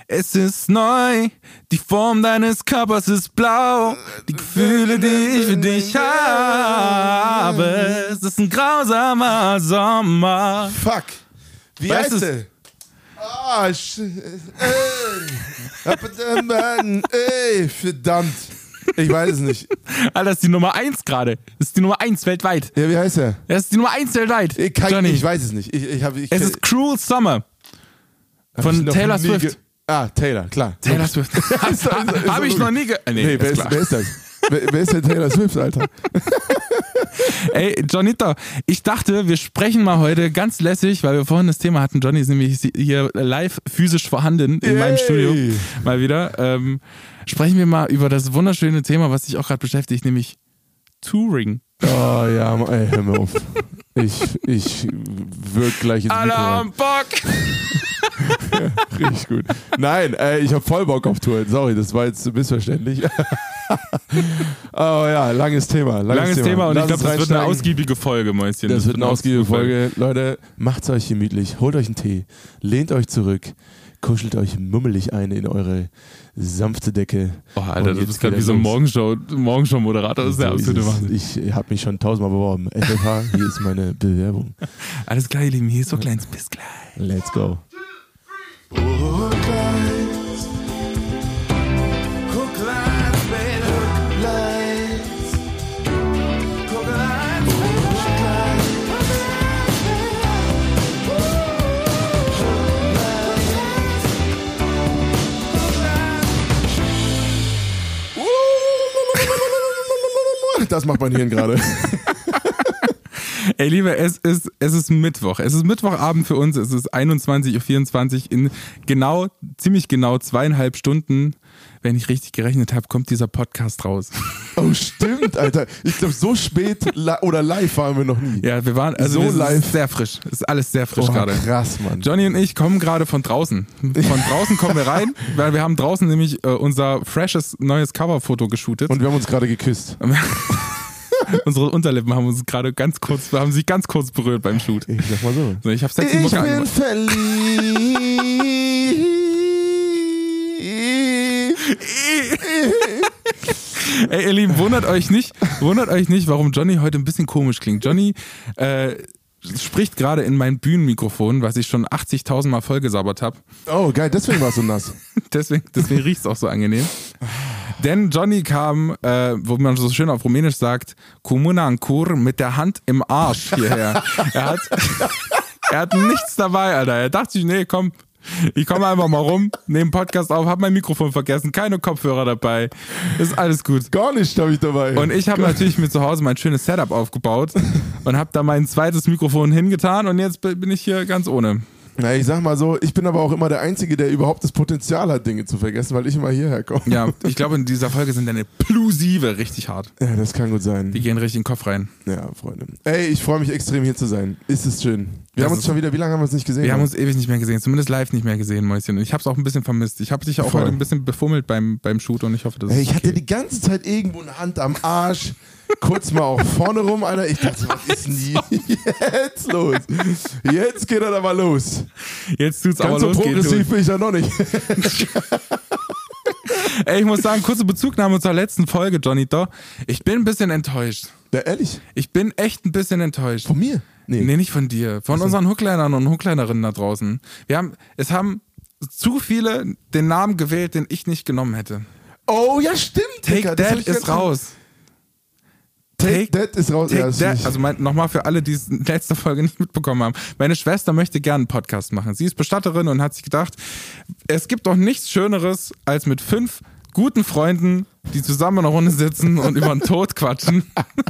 Es ist neu, die Form deines Körpers ist blau, die Gefühle, die ich für dich habe, es ist ein grausamer Sommer. Fuck. Wie Weißt heißt du's? der? Verdammt. Ich weiß es nicht. Alter, das ist die Nummer 1 gerade. Das ist die Nummer 1 weltweit. Ja, wie heißt er? Das ist die Nummer 1 weltweit. Ich weiß es nicht. Es ist Cruel Summer von Taylor Swift. Taylor, klar. Taylor Swift. Habe ich noch nie Nee, wer ist das? Wer ist denn Taylor Swift, Alter? Ey, Johnito, ich dachte, wir sprechen mal heute ganz lässig, weil wir vorhin das Thema hatten. Johnny ist nämlich hier live physisch vorhanden in meinem Studio. Mal wieder. Sprechen wir mal über das wunderschöne Thema, was dich auch gerade beschäftigt, nämlich Touring. Oh ja, ey, hör mir auf. Ich wirk gleich ins Mikro. Alarmbock! Ja, richtig gut. Nein, ich habe voll Bock auf Touren. Sorry, das war jetzt missverständlich. Oh ja, langes Thema. Langes Thema und ich glaube, das wird eine ausgiebige Folge, Mäuschen. Das wird eine ausgiebige Folge. Leute, macht's euch gemütlich, holt euch einen Tee, lehnt euch zurück, kuschelt euch mummelig ein in eure sanfte Decke. Oh, Alter, du bist gerade wie so ein Morgenshow-Moderator. Das ist der absolute Wahnsinn. Ich habe mich schon 1000-mal beworben. FFH, hier ist meine Bewerbung. Alles klar, ihr Lieben, hier ist so kleines. Bis gleich. Let's go. Das macht mein Hirn gerade. Ey, Liebe, es ist Mittwoch. Es ist Mittwochabend für uns. Es ist 21.24 Uhr. In ziemlich genau 2,5 Stunden, wenn ich richtig gerechnet habe, kommt dieser Podcast raus. Oh, stimmt, Alter. Ich glaube, so spät oder live waren wir noch nie. Ja, wir waren so live. Ist sehr frisch. Es ist alles sehr frisch gerade. Krass, Mann. Johnny und ich kommen gerade von draußen. Von draußen kommen wir rein, weil wir haben draußen nämlich unser freshes neues Coverfoto geshootet. Und wir haben uns gerade geküsst. Unsere Unterlippen haben sich ganz kurz berührt beim Shoot. Ich sag mal so. Ich habe sexy Mucke angemacht. Verliebt. Ey, ihr Lieben, wundert euch nicht, warum Johnny heute ein bisschen komisch klingt. Johnny spricht gerade in mein Bühnenmikrofon, was ich schon 80.000 Mal vollgesabbert habe. Oh, geil, deswegen war es so nass. deswegen riecht es auch so angenehm. Denn Johnny kam, wo man so schön auf Rumänisch sagt, Comunancur mit der Hand im Arsch hierher. Er hat nichts dabei, Alter. Er dachte sich, nee, komm, ich komme einfach mal rum, nehme Podcast auf, hab mein Mikrofon vergessen, keine Kopfhörer dabei. Ist alles gut. Gar nicht habe ich dabei. Und ich habe natürlich mir zu Hause mein schönes Setup aufgebaut und habe da mein zweites Mikrofon hingetan und jetzt bin ich hier ganz ohne. Na, ich sag mal so, ich bin aber auch immer der Einzige, der überhaupt das Potenzial hat, Dinge zu vergessen, weil ich immer hierher komme. Ja, ich glaube, in dieser Folge sind deine Plusive richtig hart. Ja, das kann gut sein. Die gehen richtig in den Kopf rein. Ja, Freunde. Ey, ich freue mich extrem, hier zu sein. Ist es schön. Wir haben uns schon wieder, wie lange haben wir uns nicht gesehen? Wir haben uns ewig nicht mehr gesehen, zumindest live nicht mehr gesehen, Mäuschen. Und ich habe es auch ein bisschen vermisst. Ich habe dich auch heute ein bisschen befummelt beim Shoot und ich hoffe, das ist ich hatte die ganze Zeit irgendwo eine Hand am Arsch. Kurz mal auch vorne rum, Alter. Ich dachte, was ist denn jetzt los? Jetzt geht er aber los. Jetzt tut's Ganz aber so los. Progressiv bin ich ja noch nicht. Ey, ich muss sagen, kurze Bezugnahme zur letzten Folge, Johnny. Doch, ich bin ein bisschen enttäuscht. Ja, ehrlich? Ich bin echt ein bisschen enttäuscht. Von mir? Nee, nicht von dir. Von unseren Hooklinern und Hooklinerinnen da draußen. Es haben zu viele den Namen gewählt, den ich nicht genommen hätte. Oh, ja, stimmt. Take That ist raus. Take That ist raus. Take That. Also nochmal für alle, die es in letzter Folge nicht mitbekommen haben. Meine Schwester möchte gerne einen Podcast machen. Sie ist Bestatterin und hat sich gedacht, es gibt doch nichts Schöneres, als mit 5 guten Freunden, die zusammen in einer Runde sitzen und über den Tod quatschen.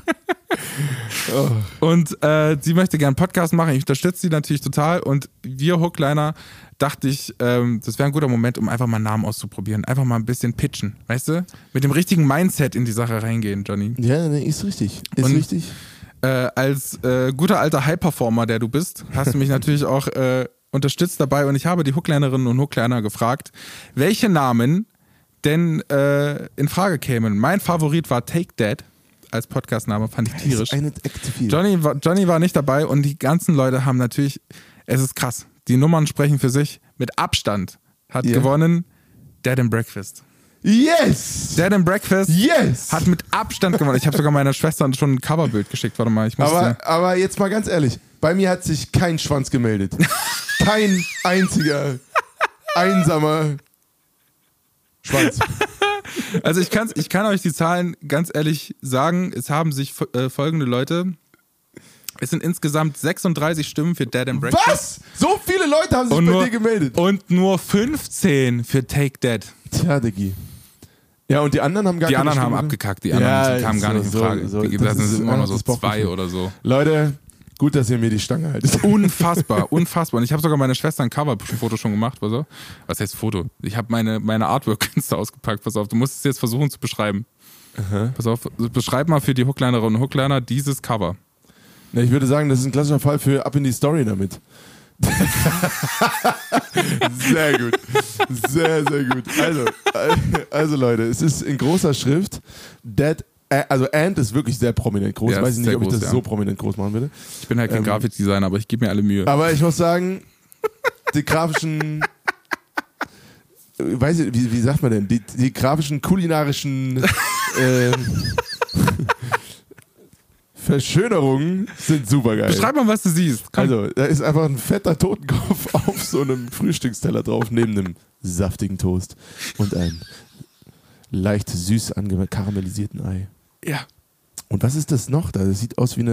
Und sie möchte gerne einen Podcast machen. Ich unterstütze sie natürlich total. Und wir Hookliner dachte ich, das wäre ein guter Moment, um einfach mal einen Namen auszuprobieren. Einfach mal ein bisschen pitchen, weißt du? Mit dem richtigen Mindset in die Sache reingehen, Johnny. Ja, nee, ist richtig. Richtig. Als guter alter High-Performer, der du bist, hast du mich natürlich auch unterstützt dabei. Und ich habe die Hooklinerinnen und Hookliner gefragt, welche Namen denn in Frage kämen. Mein Favorit war Take That als Podcastname, fand ich tierisch. Johnny war nicht dabei und die ganzen Leute haben natürlich, es ist krass, die Nummern sprechen für sich, mit Abstand hat gewonnen Dead and Breakfast. Yes! Dead and Breakfast Yes! hat mit Abstand gewonnen. Ich habe sogar meiner Schwester schon ein Coverbild geschickt. Warte mal, ich muss. Aber jetzt mal ganz ehrlich, bei mir hat sich kein Schwanz gemeldet. Kein einziger einsamer Schwanz. Also ich kann euch die Zahlen ganz ehrlich sagen. Es haben sich folgende Leute. Es sind insgesamt 36 Stimmen für Dead and Breakfast. Was? So viele Leute haben sich bei dir gemeldet. Und nur 15 für Take Dead. Tja, Diggi. Ja, und die anderen haben Die anderen haben abgekackt. Die anderen kamen gar nicht in Frage. Das sind immer nur so das 2 oder so. Leute, gut, dass ihr mir die Stange haltet. Unfassbar, unfassbar. Und ich habe sogar meiner Schwester ein Cover-Foto schon gemacht. Pass auf. Was heißt Foto? Ich habe meine Artwork-Künste ausgepackt. Pass auf, du musst es jetzt versuchen zu beschreiben. Aha. Pass auf, beschreib mal für die Hooklinerinnen und Hookliner dieses Cover. Na, ich würde sagen, das ist ein klassischer Fall für Ab in die Story damit. Sehr gut. Sehr, sehr gut. Also Leute, es ist in großer Schrift. Also Ant ist wirklich sehr prominent groß. Ja, weiß ich nicht, ob ich groß, das so prominent groß machen würde. Ich bin halt kein Grafikdesigner, aber ich gebe mir alle Mühe. Aber ich muss sagen, die grafischen... Weiß ich, wie sagt man denn? Die grafischen, kulinarischen Verschönerungen sind super geil. Beschreib mal, was du siehst. Komm. Also, da ist einfach ein fetter Totenkopf auf so einem Frühstücksteller drauf, neben einem saftigen Toast und ein leicht süß karamellisierten Ei. Ja. Und was ist das noch da? Das sieht aus wie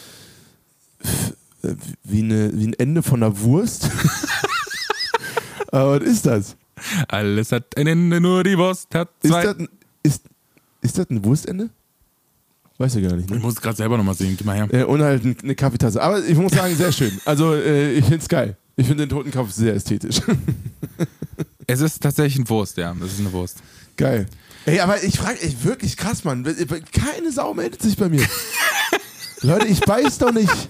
ein Ende von einer Wurst. Aber was ist das? Alles hat ein Ende, nur die Wurst hat zwei. Ist das ein Wurstende? Weiß ich gar nicht. Ne? Ich muss es gerade selber nochmal sehen. Gib mal her. Und halt eine Kaffeetasse. Aber ich muss sagen, sehr schön. Also ich finde es geil. Ich finde den Totenkopf sehr ästhetisch. Es ist tatsächlich ein Wurst, ja. Das ist eine Wurst. Geil. Ey, aber ich frage, wirklich krass, Mann. Keine Sau meldet sich bei mir. Leute, ich beiß doch nicht.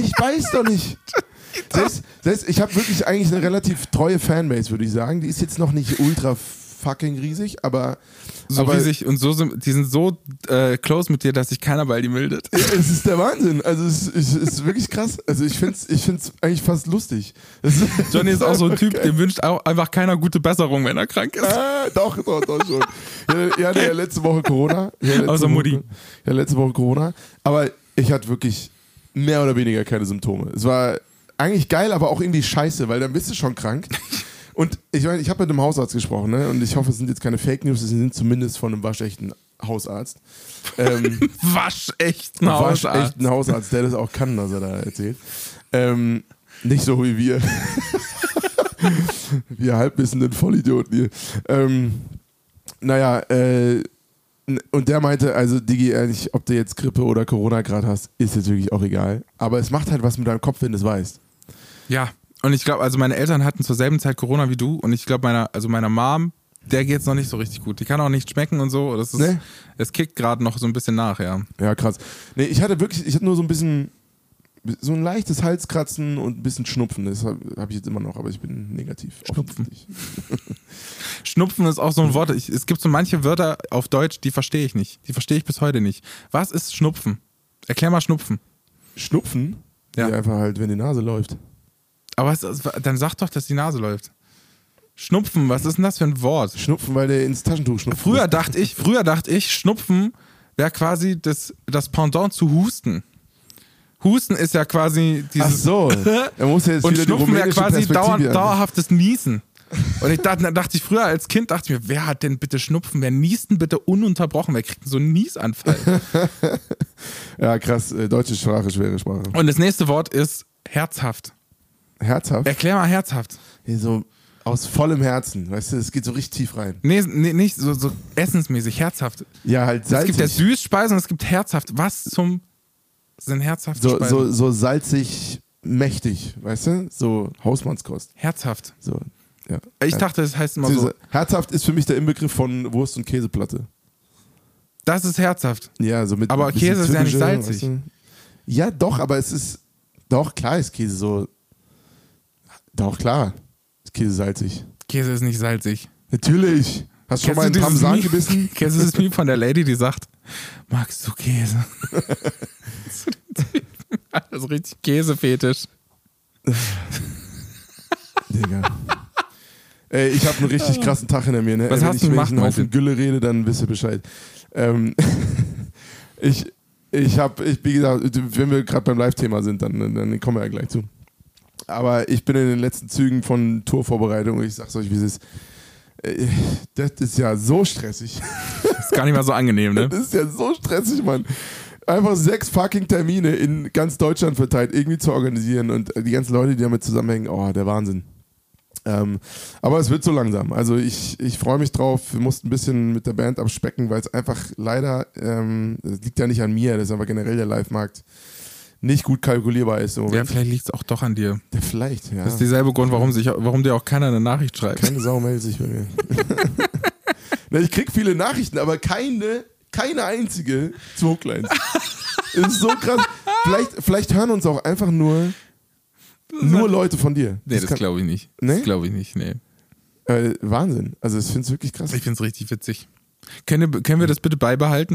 Ich habe wirklich eigentlich eine relativ treue Fanbase, würde ich sagen. Die ist jetzt noch nicht ultra fucking riesig, aber... riesig und die sind so close mit dir, dass sich keiner bei dir meldet. Ja, es ist der Wahnsinn. Also es ist wirklich krass. Also ich find's eigentlich fast lustig. Johnny ist auch so ein Typ, dem wünscht auch einfach keiner gute Besserung, wenn er krank ist. Doch schon. Ich hatte ja letzte Woche Corona. Außer Mutti. Ja, letzte Woche Corona. Aber ich hatte wirklich mehr oder weniger keine Symptome. Es war eigentlich geil, aber auch irgendwie scheiße, weil dann bist du schon krank. Und ich meine, ich habe mit einem Hausarzt gesprochen, ne? Und ich hoffe, es sind jetzt keine Fake News, es sind zumindest von einem waschechten Hausarzt. Waschechten Hausarzt, der das auch kann, was er da erzählt. Nicht so wie wir. Wir halbwissenden Vollidioten hier. Und der meinte, also Digi, ehrlich, ob du jetzt Grippe oder Corona gerade hast, ist jetzt wirklich auch egal. Aber es macht halt was mit deinem Kopf, wenn du es weißt. Ja. Und ich glaube, also meine Eltern hatten zur selben Zeit Corona wie du und ich glaube, meiner Mom, der geht es noch nicht so richtig gut. Die kann auch nicht schmecken und so. Es kickt gerade noch so ein bisschen nach, ja. Ja, krass. Nee, ich hatte nur so ein leichtes Halskratzen und ein bisschen Schnupfen. Das habe ich jetzt immer noch, aber ich bin negativ. Schnupfen. Schnupfen ist auch so ein Wort. Es gibt so manche Wörter auf Deutsch, die verstehe ich nicht. Die verstehe ich bis heute nicht. Was ist Schnupfen? Erklär mal Schnupfen. Schnupfen? Ja. Einfach halt, wenn die Nase läuft. Aber dann sag doch, dass die Nase läuft. Schnupfen, was ist denn das für ein Wort? Schnupfen, weil der ins Taschentuch schnupft. Früher dachte ich, Schnupfen wäre quasi das Pendant zu Husten. Husten ist ja quasi dieses... Ach so, er muss ja jetzt und wieder Schnupfen wäre quasi Perspektive dauerhaftes Niesen. Und dachte ich früher als Kind, mir, wer hat denn bitte Schnupfen? Wer niest denn bitte ununterbrochen? Wer kriegt denn so einen Niesanfall? Ja, krass. Deutsche Sprache, schwere Sprache. Und das nächste Wort ist herzhaft. Herzhaft? Erklär mal herzhaft. So aus vollem Herzen, weißt du, es geht so richtig tief rein. Nee, nicht so essensmäßig, herzhaft. Ja, halt salzig. Es gibt ja Süßspeisen und es gibt herzhaft. Was sind herzhafte Speisen? So salzig, mächtig, weißt du? So Hausmannskost. Herzhaft. So, ja. Ich dachte, das heißt immer so. Herzhaft ist für mich der Inbegriff von Wurst- und Käseplatte. Das ist herzhaft. Ja, so mit aber Käse ist ja nicht salzig. Weißt du? Ja, doch, aber es ist. Doch, klar ist Käse so. Doch, klar. Ist Käse salzig. Käse ist nicht salzig. Natürlich. Hast du schon mal einen Parmesan gebissen? Kennst du das Meme von der Lady, die sagt, magst du Käse? Das ist richtig Käsefetisch. Digga. Ey, ich habe einen richtig krassen Tag hinter mir. Ne? Was hast du gemacht, wenn ich einen Haufen Martin? Gülle rede, dann wisst ihr Bescheid. Wie gesagt, wenn wir gerade beim Live-Thema sind, dann kommen wir ja gleich zu. Aber ich bin in den letzten Zügen von Tourvorbereitung und ich sag's euch, wie es ist. Das ist ja so stressig. Ist gar nicht mal so angenehm, ne? Das ist ja so stressig, Mann. Einfach 6 fucking Termine in ganz Deutschland verteilt irgendwie zu organisieren und die ganzen Leute, die damit zusammenhängen, oh, der Wahnsinn. Aber es wird so langsam. Also ich freue mich drauf. Wir mussten ein bisschen mit der Band abspecken, weil es einfach leider, das liegt ja nicht an mir, das ist aber generell der Live-Markt, nicht gut kalkulierbar ist. Ja, vielleicht liegt es auch doch an dir. Ja, vielleicht, ja. Das ist dieselbe Grund, warum dir auch keiner eine Nachricht schreibt. Keine Sau meldet sich bei mir. Na, ich krieg viele Nachrichten, aber keine einzige zu Hooklines. Das ist so krass. Vielleicht hören uns auch einfach nur Leute von dir. Nee, das glaube ich nicht. Nee? Das glaube ich nicht, nee. Wahnsinn. Also ich finde es wirklich krass. Ich finde es richtig witzig. Können wir das bitte beibehalten?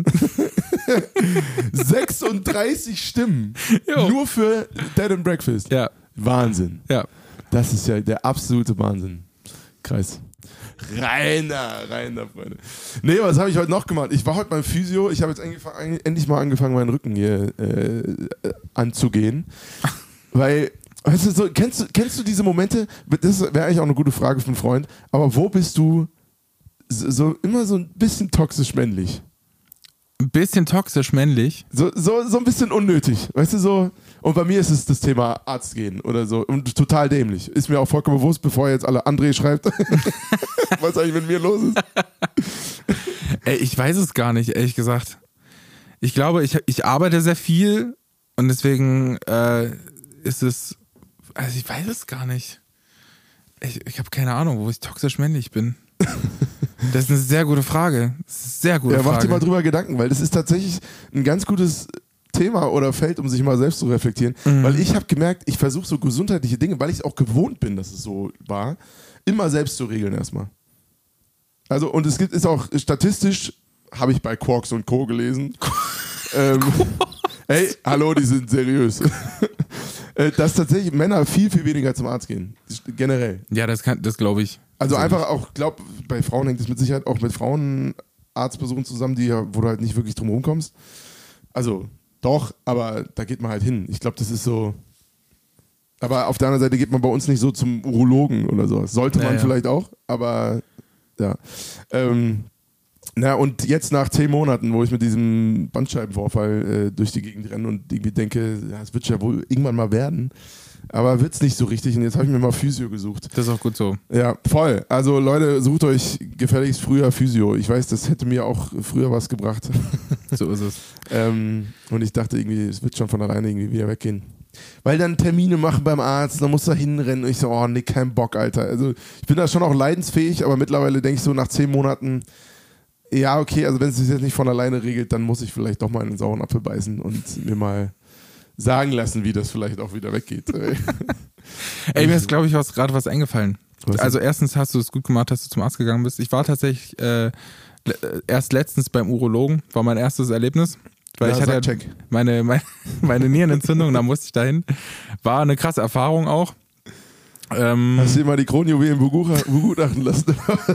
36 Stimmen. Jo. Nur für Dead and Breakfast. Ja. Wahnsinn. Ja. Das ist ja der absolute Wahnsinn. Kreis. Reiner, Freunde. Nee, was habe ich heute noch gemacht? Ich war heute beim Physio. Ich habe jetzt endlich mal angefangen, meinen Rücken hier anzugehen. Weil, weißt du, so, kennst du diese Momente? Das wäre eigentlich auch eine gute Frage für einen Freund. Aber wo bist du so immer so ein bisschen toxisch männlich? Ein bisschen toxisch männlich? So ein bisschen unnötig, weißt du, so. Und bei mir ist es das Thema Arzt gehen oder so. Und total dämlich. Ist mir auch vollkommen bewusst, bevor jetzt alle André schreibt, was eigentlich mit mir los ist. Ey, ich weiß es gar nicht, ehrlich gesagt. Ich glaube, ich arbeite sehr viel und deswegen ist es, also ich weiß es gar nicht. Ich habe keine Ahnung, wo ich toxisch männlich bin. Das ist eine sehr gute Frage. Das ist eine sehr gute Frage. Mach dir mal drüber Gedanken, weil das ist tatsächlich ein ganz gutes Thema oder Feld, um sich mal selbst zu reflektieren. Weil ich habe gemerkt, ich versuche so gesundheitliche Dinge, weil ich es auch gewohnt bin, dass es so war, immer selbst zu regeln erstmal. Also, und es ist auch statistisch, habe ich bei Quarks und Co. gelesen. Hey, hallo, die sind seriös. Dass tatsächlich Männer viel, viel weniger zum Arzt gehen. Generell. Ja, das glaube ich. Also einfach auch, glaube bei Frauen hängt es mit Sicherheit auch mit Frauenarztbesuchen zusammen, wo du halt nicht wirklich drum rumkommst. Also doch, aber da geht man halt hin. Ich glaube, das ist so. Aber auf der anderen Seite geht man bei uns nicht so zum Urologen oder so. Sollte man vielleicht auch, aber ja. Und jetzt nach 10 Monaten, wo ich mit diesem Bandscheibenvorfall durch die Gegend renne und irgendwie denke, ja, es wird ja wohl irgendwann mal werden, aber wird es nicht so richtig und jetzt habe ich mir mal Physio gesucht. Das ist auch gut so. Ja, voll. Also Leute, sucht euch gefälligst früher Physio. Ich weiß, das hätte mir auch früher was gebracht. So ist es. Und ich dachte irgendwie, es wird schon von alleine irgendwie wieder weggehen. Weil dann Termine machen beim Arzt, dann musst du da hinrennen und ich so, oh nee, kein Bock, Alter. Also ich bin da schon auch leidensfähig, aber mittlerweile denke ich so nach 10 Monaten, ja, okay, also wenn es sich jetzt nicht von alleine regelt, dann muss ich vielleicht doch mal in den sauren Apfel beißen und mir mal sagen lassen, wie das vielleicht auch wieder weggeht. Ey, mir ist, glaube ich, gerade was eingefallen. Was also erstens hast du es gut gemacht, dass du zum Arzt gegangen bist. Ich war tatsächlich erst letztens beim Urologen, war mein erstes Erlebnis. Weil ich hatte ja meine Nierenentzündung, da musste ich dahin. War eine krasse Erfahrung auch. Hast du dir mal die Kronjuwelen begutachten lassen?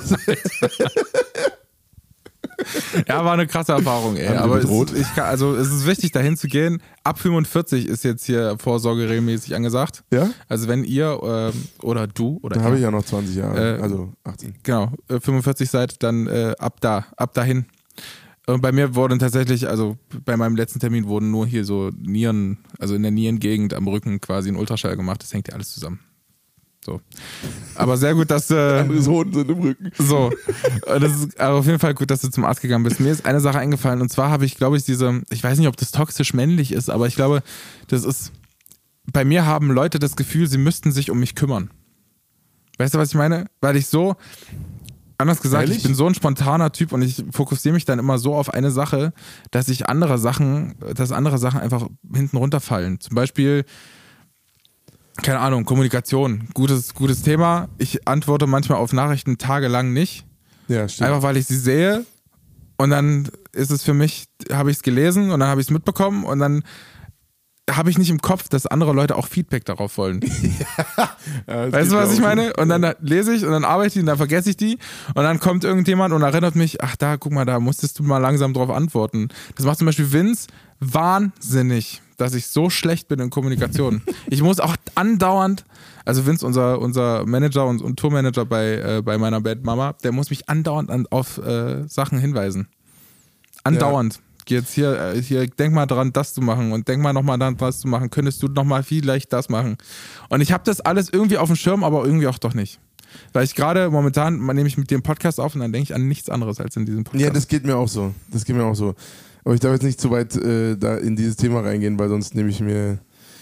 Ja, war eine krasse Erfahrung, ey. Aber es ist wichtig, dahin zu gehen. Ab 45 ist jetzt hier vorsorgeregelmäßig angesagt. Ja? Also wenn ihr oder du oder da habe ich ja noch 20 Jahre, also 18. Genau, 45 seid, dann ab dahin. Und bei mir wurden tatsächlich, also bei meinem letzten Termin wurden nur hier so Nieren, also in der Nierengegend am Rücken quasi ein Ultraschall gemacht. Das hängt ja alles zusammen. So. Aber sehr gut, dass andere Hoden sind im Rücken. So. Das ist aber auf jeden Fall gut, dass du zum Arzt gegangen bist. Mir ist eine Sache eingefallen und zwar habe ich, glaube ich, ich weiß nicht, ob das toxisch männlich ist, aber ich glaube, bei mir haben Leute das Gefühl, sie müssten sich um mich kümmern. Weißt du, was ich meine? Weil ich so, anders gesagt, Ehrlich? ich bin so ein spontaner Typ und ich fokussiere mich dann immer so auf eine Sache, dass andere Sachen einfach hinten runterfallen. Zum Beispiel, keine Ahnung, Kommunikation, gutes Thema. Ich antworte manchmal auf Nachrichten tagelang nicht. Ja, stimmt. Einfach weil ich sie sehe und dann ist es für mich, habe ich es gelesen und dann habe ich es mitbekommen und dann habe ich nicht im Kopf, dass andere Leute auch Feedback darauf wollen. Ja, weißt du, was ich meine? Und dann lese ich und dann arbeite ich und dann vergesse ich die und dann kommt irgendjemand und erinnert mich, ach da, guck mal, da musstest du mal langsam drauf antworten. Das macht zum Beispiel Vince wahnsinnig, dass ich so schlecht bin in Kommunikation. Ich muss auch andauernd, also Vince, unser Manager und Tourmanager bei meiner Band Mama, der muss mich andauernd auf Sachen hinweisen. Andauernd. Jetzt hier, denk mal dran, das zu machen und denk mal nochmal dran, das zu machen. Könntest du nochmal vielleicht das machen? Und ich habe das alles irgendwie auf dem Schirm, aber irgendwie auch doch nicht. Weil ich gerade momentan nehme ich mit dem Podcast auf und dann denke ich an nichts anderes als in diesem Podcast. Ja, das geht mir auch so. Aber ich darf jetzt nicht zu weit da in dieses Thema reingehen, weil sonst nehme ich mir,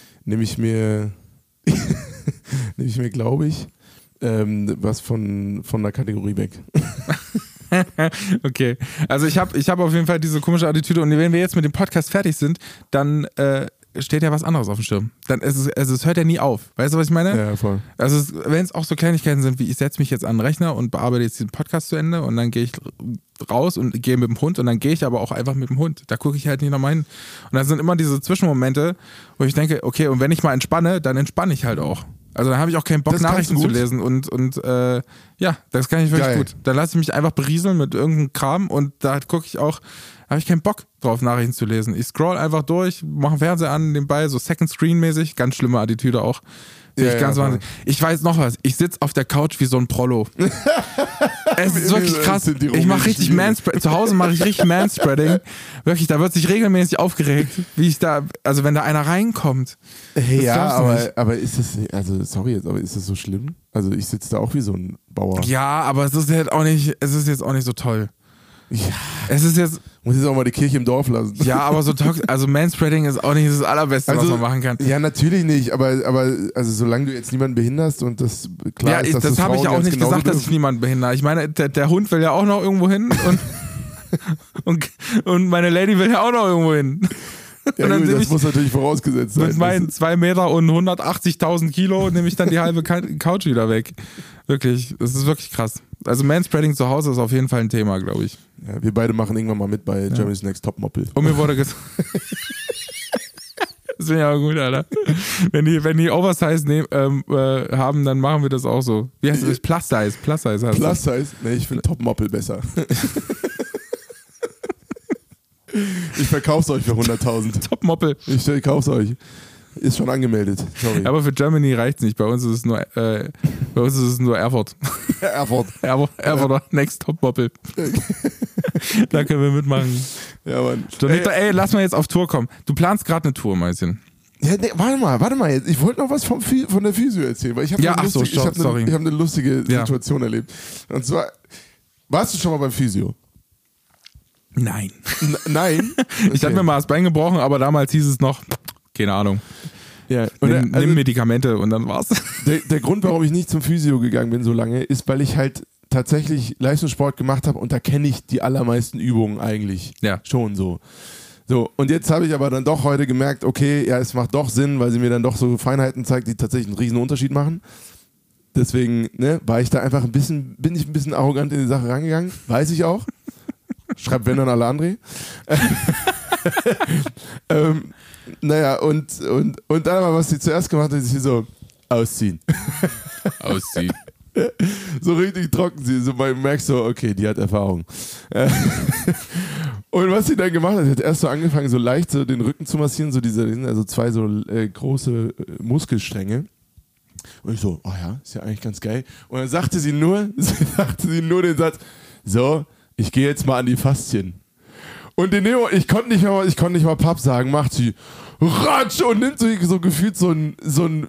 glaube ich, was von der Kategorie weg. Okay, also ich hab auf jeden Fall diese komische Attitüde und wenn wir jetzt mit dem Podcast fertig sind, dann steht ja was anderes auf dem Schirm. Dann es hört ja nie auf. Weißt du, was ich meine? Ja, voll. Also wenn es auch so Kleinigkeiten sind, wie ich setze mich jetzt an den Rechner und bearbeite jetzt den Podcast zu Ende und dann gehe ich raus und gehe mit dem Hund und dann gehe ich aber auch einfach mit dem Hund. Da gucke ich halt nicht nochmal hin. Und dann sind immer diese Zwischenmomente, wo ich denke, okay, und wenn ich mal entspanne, dann entspanne ich halt auch. Also dann habe ich auch keinen Bock, Das Nachrichten kannst zu du lesen und ja, das kann ich wirklich Geil. gut. Dann lasse ich mich einfach berieseln mit irgendeinem Kram und da gucke ich auch, habe ich keinen Bock drauf, Nachrichten zu lesen. Ich scroll einfach durch, mache den Fernseher an, nebenbei, so Second Screen mäßig, ganz schlimme Attitüde auch. Ich weiß noch was, ich sitze auf der Couch wie so ein Prollo. Es ist wirklich krass. Ich mache richtig Manspreading. Zu Hause mache ich richtig Manspreading. Wirklich, da wird sich regelmäßig aufgeregt, wie ich da, also wenn da einer reinkommt. Hey, ja, aber ist das, also sorry jetzt, aber ist das so schlimm? Also ich sitze da auch wie so ein Bauer. Ja, aber es ist jetzt auch nicht so toll. Ja. Es ist jetzt. Muss jetzt auch mal die Kirche im Dorf lassen. Ja, aber so toxisch, also Manspreading ist auch nicht das Allerbeste, was man machen kann. Ja, natürlich nicht, aber also solange du jetzt niemanden behinderst und das klar ist, dass das habe ich ja auch nicht gesagt, dass dürfen. ich niemanden behindere. Ich meine, der Hund will ja auch noch irgendwo hin und meine Lady will ja auch noch irgendwo hin. Ja, und dann gut, das muss natürlich vorausgesetzt sein. Mit meinen 2 Meter und 180.000 Kilo nehme ich dann die halbe Couch wieder weg. Wirklich, das ist wirklich krass. Also Manspreading zu Hause ist auf jeden Fall ein Thema, glaube ich. Ja, wir beide machen irgendwann mal mit bei Germany's Next Topmodel. Und mir wurde gesagt, das finde ich aber gut, Alter. Wenn die Oversize haben, dann machen wir das auch so. Wie heißt das? Plus Size. Plus Size? Nee, ich finde Topmodel besser. Ich verkauf's euch für 100.000. Topmodel. Ich verkauf's euch. Ist schon angemeldet. Sorry. Aber für Germany reicht's nicht. Bei uns ist es nur Erfurt. Erfurt Next Topmodel. Da können wir mitmachen. Ja, Mann. Ey, lass mal jetzt auf Tour kommen. Du planst gerade eine Tour, Mäuschen. Ja, nee, warte mal jetzt. Ich wollte noch was von der Physio erzählen, weil ich habe eine lustige Situation erlebt. Und zwar, warst du schon mal beim Physio? Nein. Nein? Okay. Ich habe mir mal das Bein gebrochen, aber damals hieß es noch, keine Ahnung. Ja. Nimm Medikamente und dann war's. Der Grund, warum ich nicht zum Physio gegangen bin so lange, ist, weil ich halt tatsächlich Leistungssport gemacht habe und da kenne ich die allermeisten Übungen eigentlich schon so. So, und jetzt habe ich aber dann doch heute gemerkt, okay, ja, es macht doch Sinn, weil sie mir dann doch so Feinheiten zeigt, die tatsächlich einen riesen Unterschied machen. Deswegen, bin ich ein bisschen arrogant in die Sache rangegangen, weiß ich auch. Schreibt wenn dann alle André. Naja, und dann aber, was sie zuerst gemacht hat, ist sie so, ausziehen. Ausziehen. So richtig trocken sie, so man merkt so, okay, die hat Erfahrung. Und was sie dann gemacht hat, sie hat erst so angefangen, so leicht so den Rücken zu massieren, so also 2 so große Muskelstränge. Und ich so, oh ja, ist ja eigentlich ganz geil. Und dann sagte sie nur den Satz, so, ich gehe jetzt mal an die Faszien. Und ich konnte nicht mal Papp sagen, macht sie ratsch und nimmt so gefühlt so ein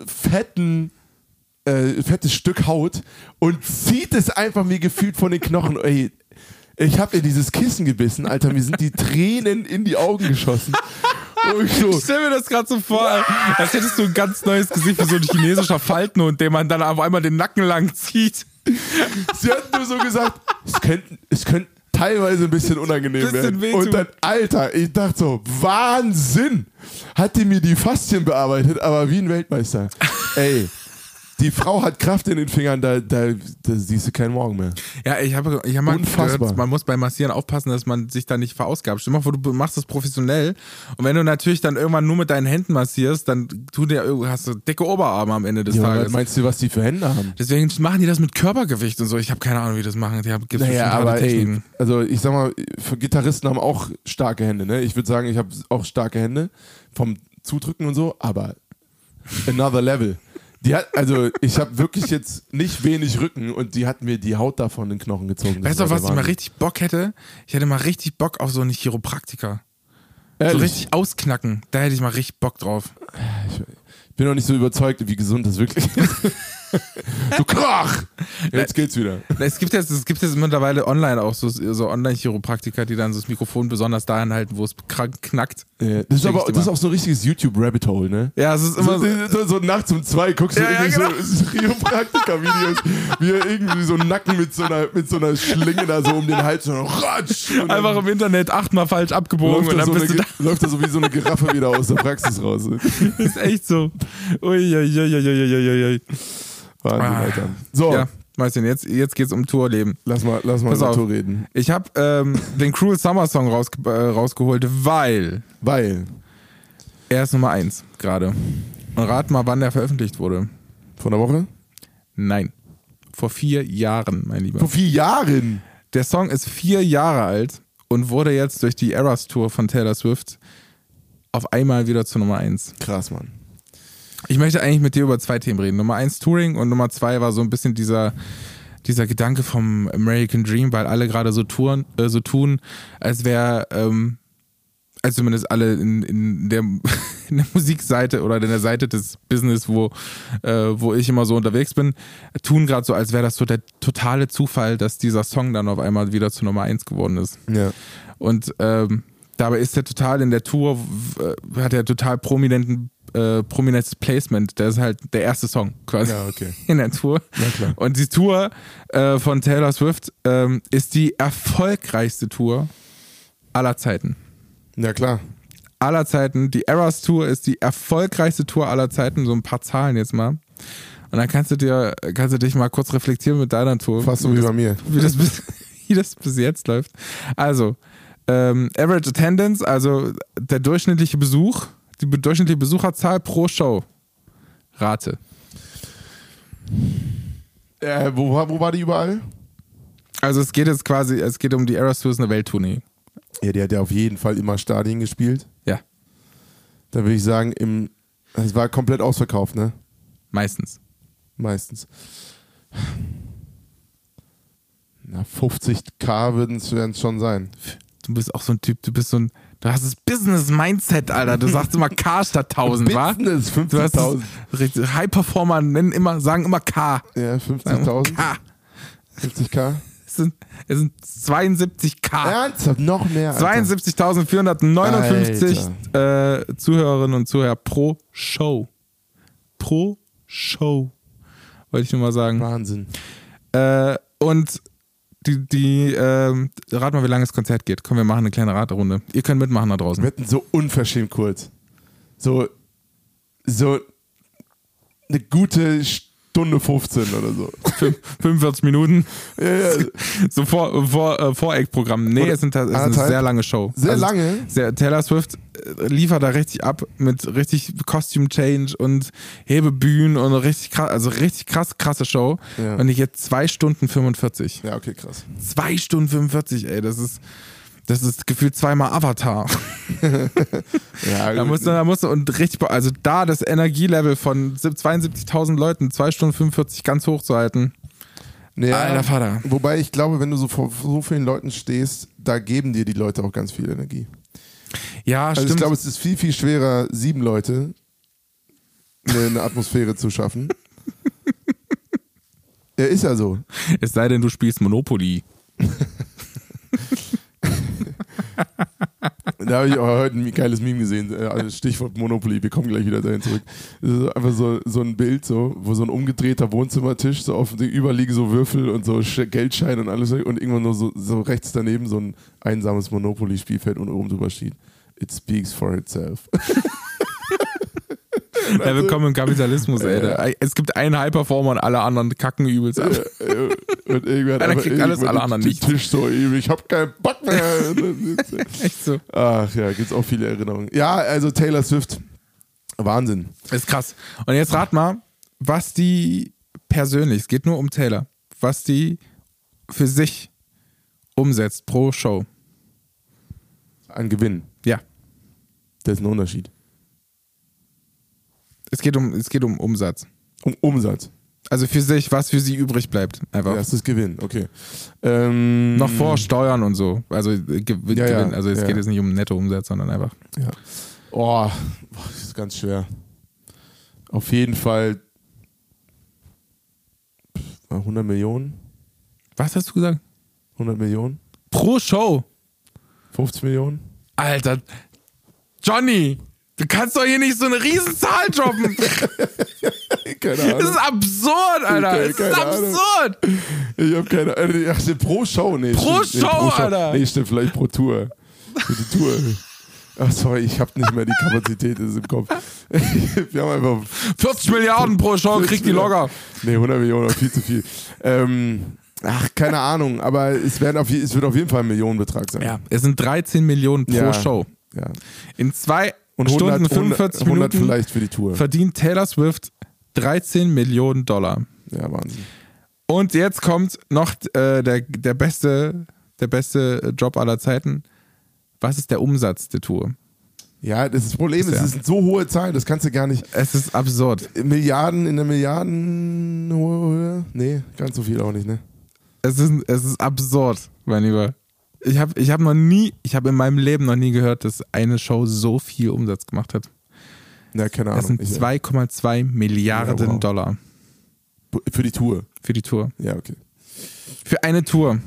fettes Stück Haut und zieht es einfach mir gefühlt von den Knochen. Ey, ich habe ihr dieses Kissen gebissen, Alter, mir sind die Tränen in die Augen geschossen. Ich stell mir das gerade so vor, als hättest du ein ganz neues Gesicht wie so ein chinesischer Faltenhund, dem man dann auf einmal den Nacken lang zieht. Sie hat nur so gesagt, es könnte teilweise ein bisschen unangenehm werden. Und dann, Alter, ich dachte so, Wahnsinn! Hat die mir die Faszien bearbeitet, aber wie ein Weltmeister. Ey, Die Frau hat Kraft in den Fingern, da siehst du keinen Morgen mehr. Ja, ich hab mal gehört, man muss beim Massieren aufpassen, dass man sich da nicht verausgabt. Stell dir mal vor, du machst das professionell und wenn du natürlich dann irgendwann nur mit deinen Händen massierst, dann hast du dicke Oberarme am Ende des Tages. Meinst du, was die für Hände haben? Deswegen machen die das mit Körpergewicht und so. Ich habe keine Ahnung, wie die das machen. Gibt's aber Techniken. Also ich sag mal, für Gitarristen haben auch starke Hände. Ne? Ich würde sagen, ich habe auch starke Hände vom Zudrücken und so, aber another level. Ich habe wirklich jetzt nicht wenig Rücken und die hat mir die Haut da von den Knochen gezogen. Weißt du, was ich mal richtig Bock hätte? Ich hätte mal richtig Bock auf so einen Chiropraktiker. Ehrlich? So richtig ausknacken. Da hätte ich mal richtig Bock drauf. Ich bin noch nicht so überzeugt, wie gesund das wirklich ist. Du Krach! Jetzt geht's wieder. Es gibt jetzt mittlerweile online auch so Online-Chiropraktiker, die dann so das Mikrofon besonders dahin halten, wo es knackt. Ja, das ist auch so ein richtiges YouTube-Rabbit-Hole, ne? Ja, es ist immer so nachts um 2 guckst du so Chiropraktiker-Videos, wie er irgendwie so einen Nacken mit so einer Schlinge da so um den Hals so ratsch. Einfach im Internet 8-mal falsch abgebogen und dann läuft da so wie so eine Giraffe wieder aus der Praxis raus. Ist echt so. Uiuiuiuiuiuiui. Wahnsinn, Alter. So. Ja, Mäuschen, jetzt geht's um Tourleben. Lass mal über Tour reden. Ich habe den Cruel Summer Song rausgeholt, weil er ist Nummer 1 gerade. Und rat mal, wann der veröffentlicht wurde. Vor einer Woche? Nein. Vor 4 Jahren, mein Lieber. Vor 4 Jahren? Der Song ist 4 Jahre alt und wurde jetzt durch die Eras Tour von Taylor Swift auf einmal wieder zur Nummer 1. Krass, Mann. Ich möchte eigentlich mit dir über 2 Themen reden. Nummer 1 Touring und Nummer 2 war so ein bisschen dieser Gedanke vom American Dream, weil alle gerade so tun, als wäre, als zumindest alle in der Musikseite oder in der Seite des Business, wo ich immer so unterwegs bin, tun gerade so, als wäre das so der totale Zufall, dass dieser Song dann auf einmal wieder zur Nummer 1 geworden ist. Ja. Und dabei ist er total in der Tour, hat er total prominentes Placement. Der ist halt der erste Song quasi in der Tour. Ja, klar. Und die Tour von Taylor Swift ist die erfolgreichste Tour aller Zeiten. Ja, klar. Aller Zeiten. Die Eras Tour ist die erfolgreichste Tour aller Zeiten. So ein paar Zahlen jetzt mal. Und dann kannst du dich mal kurz reflektieren mit deiner Tour. Fast so wie bei mir. Wie das bis jetzt läuft. Also, Average Attendance, also der durchschnittliche Besuch, die durchschnittliche Besucherzahl pro Show. Rate. Wo war die überall? Also es geht um die Eras Tour, ist eine Welttournee. Ja, die hat ja auf jeden Fall immer Stadien gespielt. Ja. Da würde ich sagen, es war komplett ausverkauft, ne? Meistens. Na, 50.000 werden es schon sein. Du bist auch so ein Typ, du hast das Business-Mindset, Alter. Du sagst immer K statt 1000, wa? Business, 50.000. High-Performer sagen immer K. Ja, 50.000. K. 50k? Es sind 72k. Ernsthaft? Noch mehr? 72.459 Zuhörerinnen und Zuhörer pro Show. Pro Show. Wollte ich nur mal sagen. Wahnsinn. Und rat mal, wie lange das Konzert geht. Komm, wir machen eine kleine Raterunde. Ihr könnt mitmachen da draußen. Wir hatten so unverschämt kurz. So eine gute Stunde 15 oder so. 45 Minuten. Ja. So Voreckprogramm. Nee, es ist eine sehr lange Show. Sehr lange? Taylor Swift liefert da richtig ab mit richtig Costume Change und Hebebühnen und richtig krasse Show. Ja. Und ich jetzt 2 Stunden 45. Ja, okay, krass. 2 Stunden 45, ey, das ist gefühlt 2-mal Avatar. Ja, da musst du und richtig, also da das Energielevel von 72.000 Leuten 2 Stunden 45 ganz hoch zu halten. Ja, alter Vater. Wobei ich glaube, wenn du so vor so vielen Leuten stehst, da geben dir die Leute auch ganz viel Energie. Ja, also stimmt. Ich glaube, es ist viel, viel schwerer, 7 Leute eine Atmosphäre zu schaffen. Ja, ist ja so. Es sei denn, du spielst Monopoly. Da habe ich auch heute ein geiles Meme gesehen. Stichwort Monopoly, wir kommen gleich wieder dahin zurück. Das ist einfach so ein Bild, wo so ein umgedrehter Wohnzimmertisch, so auf dem überliegen so Würfel und so Geldscheine und alles und irgendwann nur so rechts daneben so ein einsames Monopoly-Spielfeld und oben drüber steht: It speaks for itself. Ja, willkommen im Kapitalismus, ey. Es gibt einen High-Performer und alle anderen kacken übelst ab. Und irgendwann Einer kriegt alles, alle anderen nicht. Tisch so, ich hab keinen Bock mehr. Echt so. Ach ja, gibt's auch viele Erinnerungen. Ja, also Taylor Swift, Wahnsinn. Das ist krass. Und jetzt rat mal, was die persönlich, es geht nur um Taylor, was die für sich umsetzt pro Show. An Gewinn. Ja. Das ist ein Unterschied. Es geht um Umsatz. Um Umsatz. Also für sich, was für sie übrig bleibt. Einfach. Ja, das ist Gewinn, okay. Noch vor Steuern und so. Also Gewinn. Ja, also es geht jetzt nicht um Nettoumsatz, sondern einfach. Ja. Oh, das ist ganz schwer. Auf jeden Fall 100 Millionen. Was hast du gesagt? 100 Millionen. Pro Show. 50 Millionen. Alter, Johnny, du kannst doch hier nicht so eine Riesenzahl droppen. Keine Ahnung. Das ist absurd, Alter. Das ist absurd. Ich hab keine Ahnung. Ach, pro Show. Nee, pro stimmt, Show, pro Show, Alter. Nee, stimmt, vielleicht pro Tour. Für die Tour. Ach, sorry, ich hab nicht mehr die Kapazität im Kopf. Wir haben einfach 40 Milliarden pro Show, kriegt die locker. Nee, 100 Millionen, viel zu viel. Ach, keine Ahnung, aber es wird auf jeden Fall ein Millionenbetrag sein. Ja, es sind 13 Millionen pro Show. Ja. In 2 und Stunden 45 100 Minuten vielleicht für die Tour. verdient Taylor Swift 13 Millionen $. Ja, Wahnsinn. Und jetzt kommt noch der beste Job aller Zeiten. Was ist der Umsatz der Tour? Ja, das Problem ist, es sind so hohe Zahlen, das kannst du gar nicht. Es ist absurd. Milliarden in der Milliarden. Nee, ganz so viel auch nicht, ne? Es ist absurd, mein Lieber. Ich habe in meinem Leben noch nie gehört, dass eine Show so viel Umsatz gemacht hat. Ja, keine Ahnung. Das sind 2,2 Milliarden $. Für die Tour? Für die Tour. Ja, okay. Für eine Tour.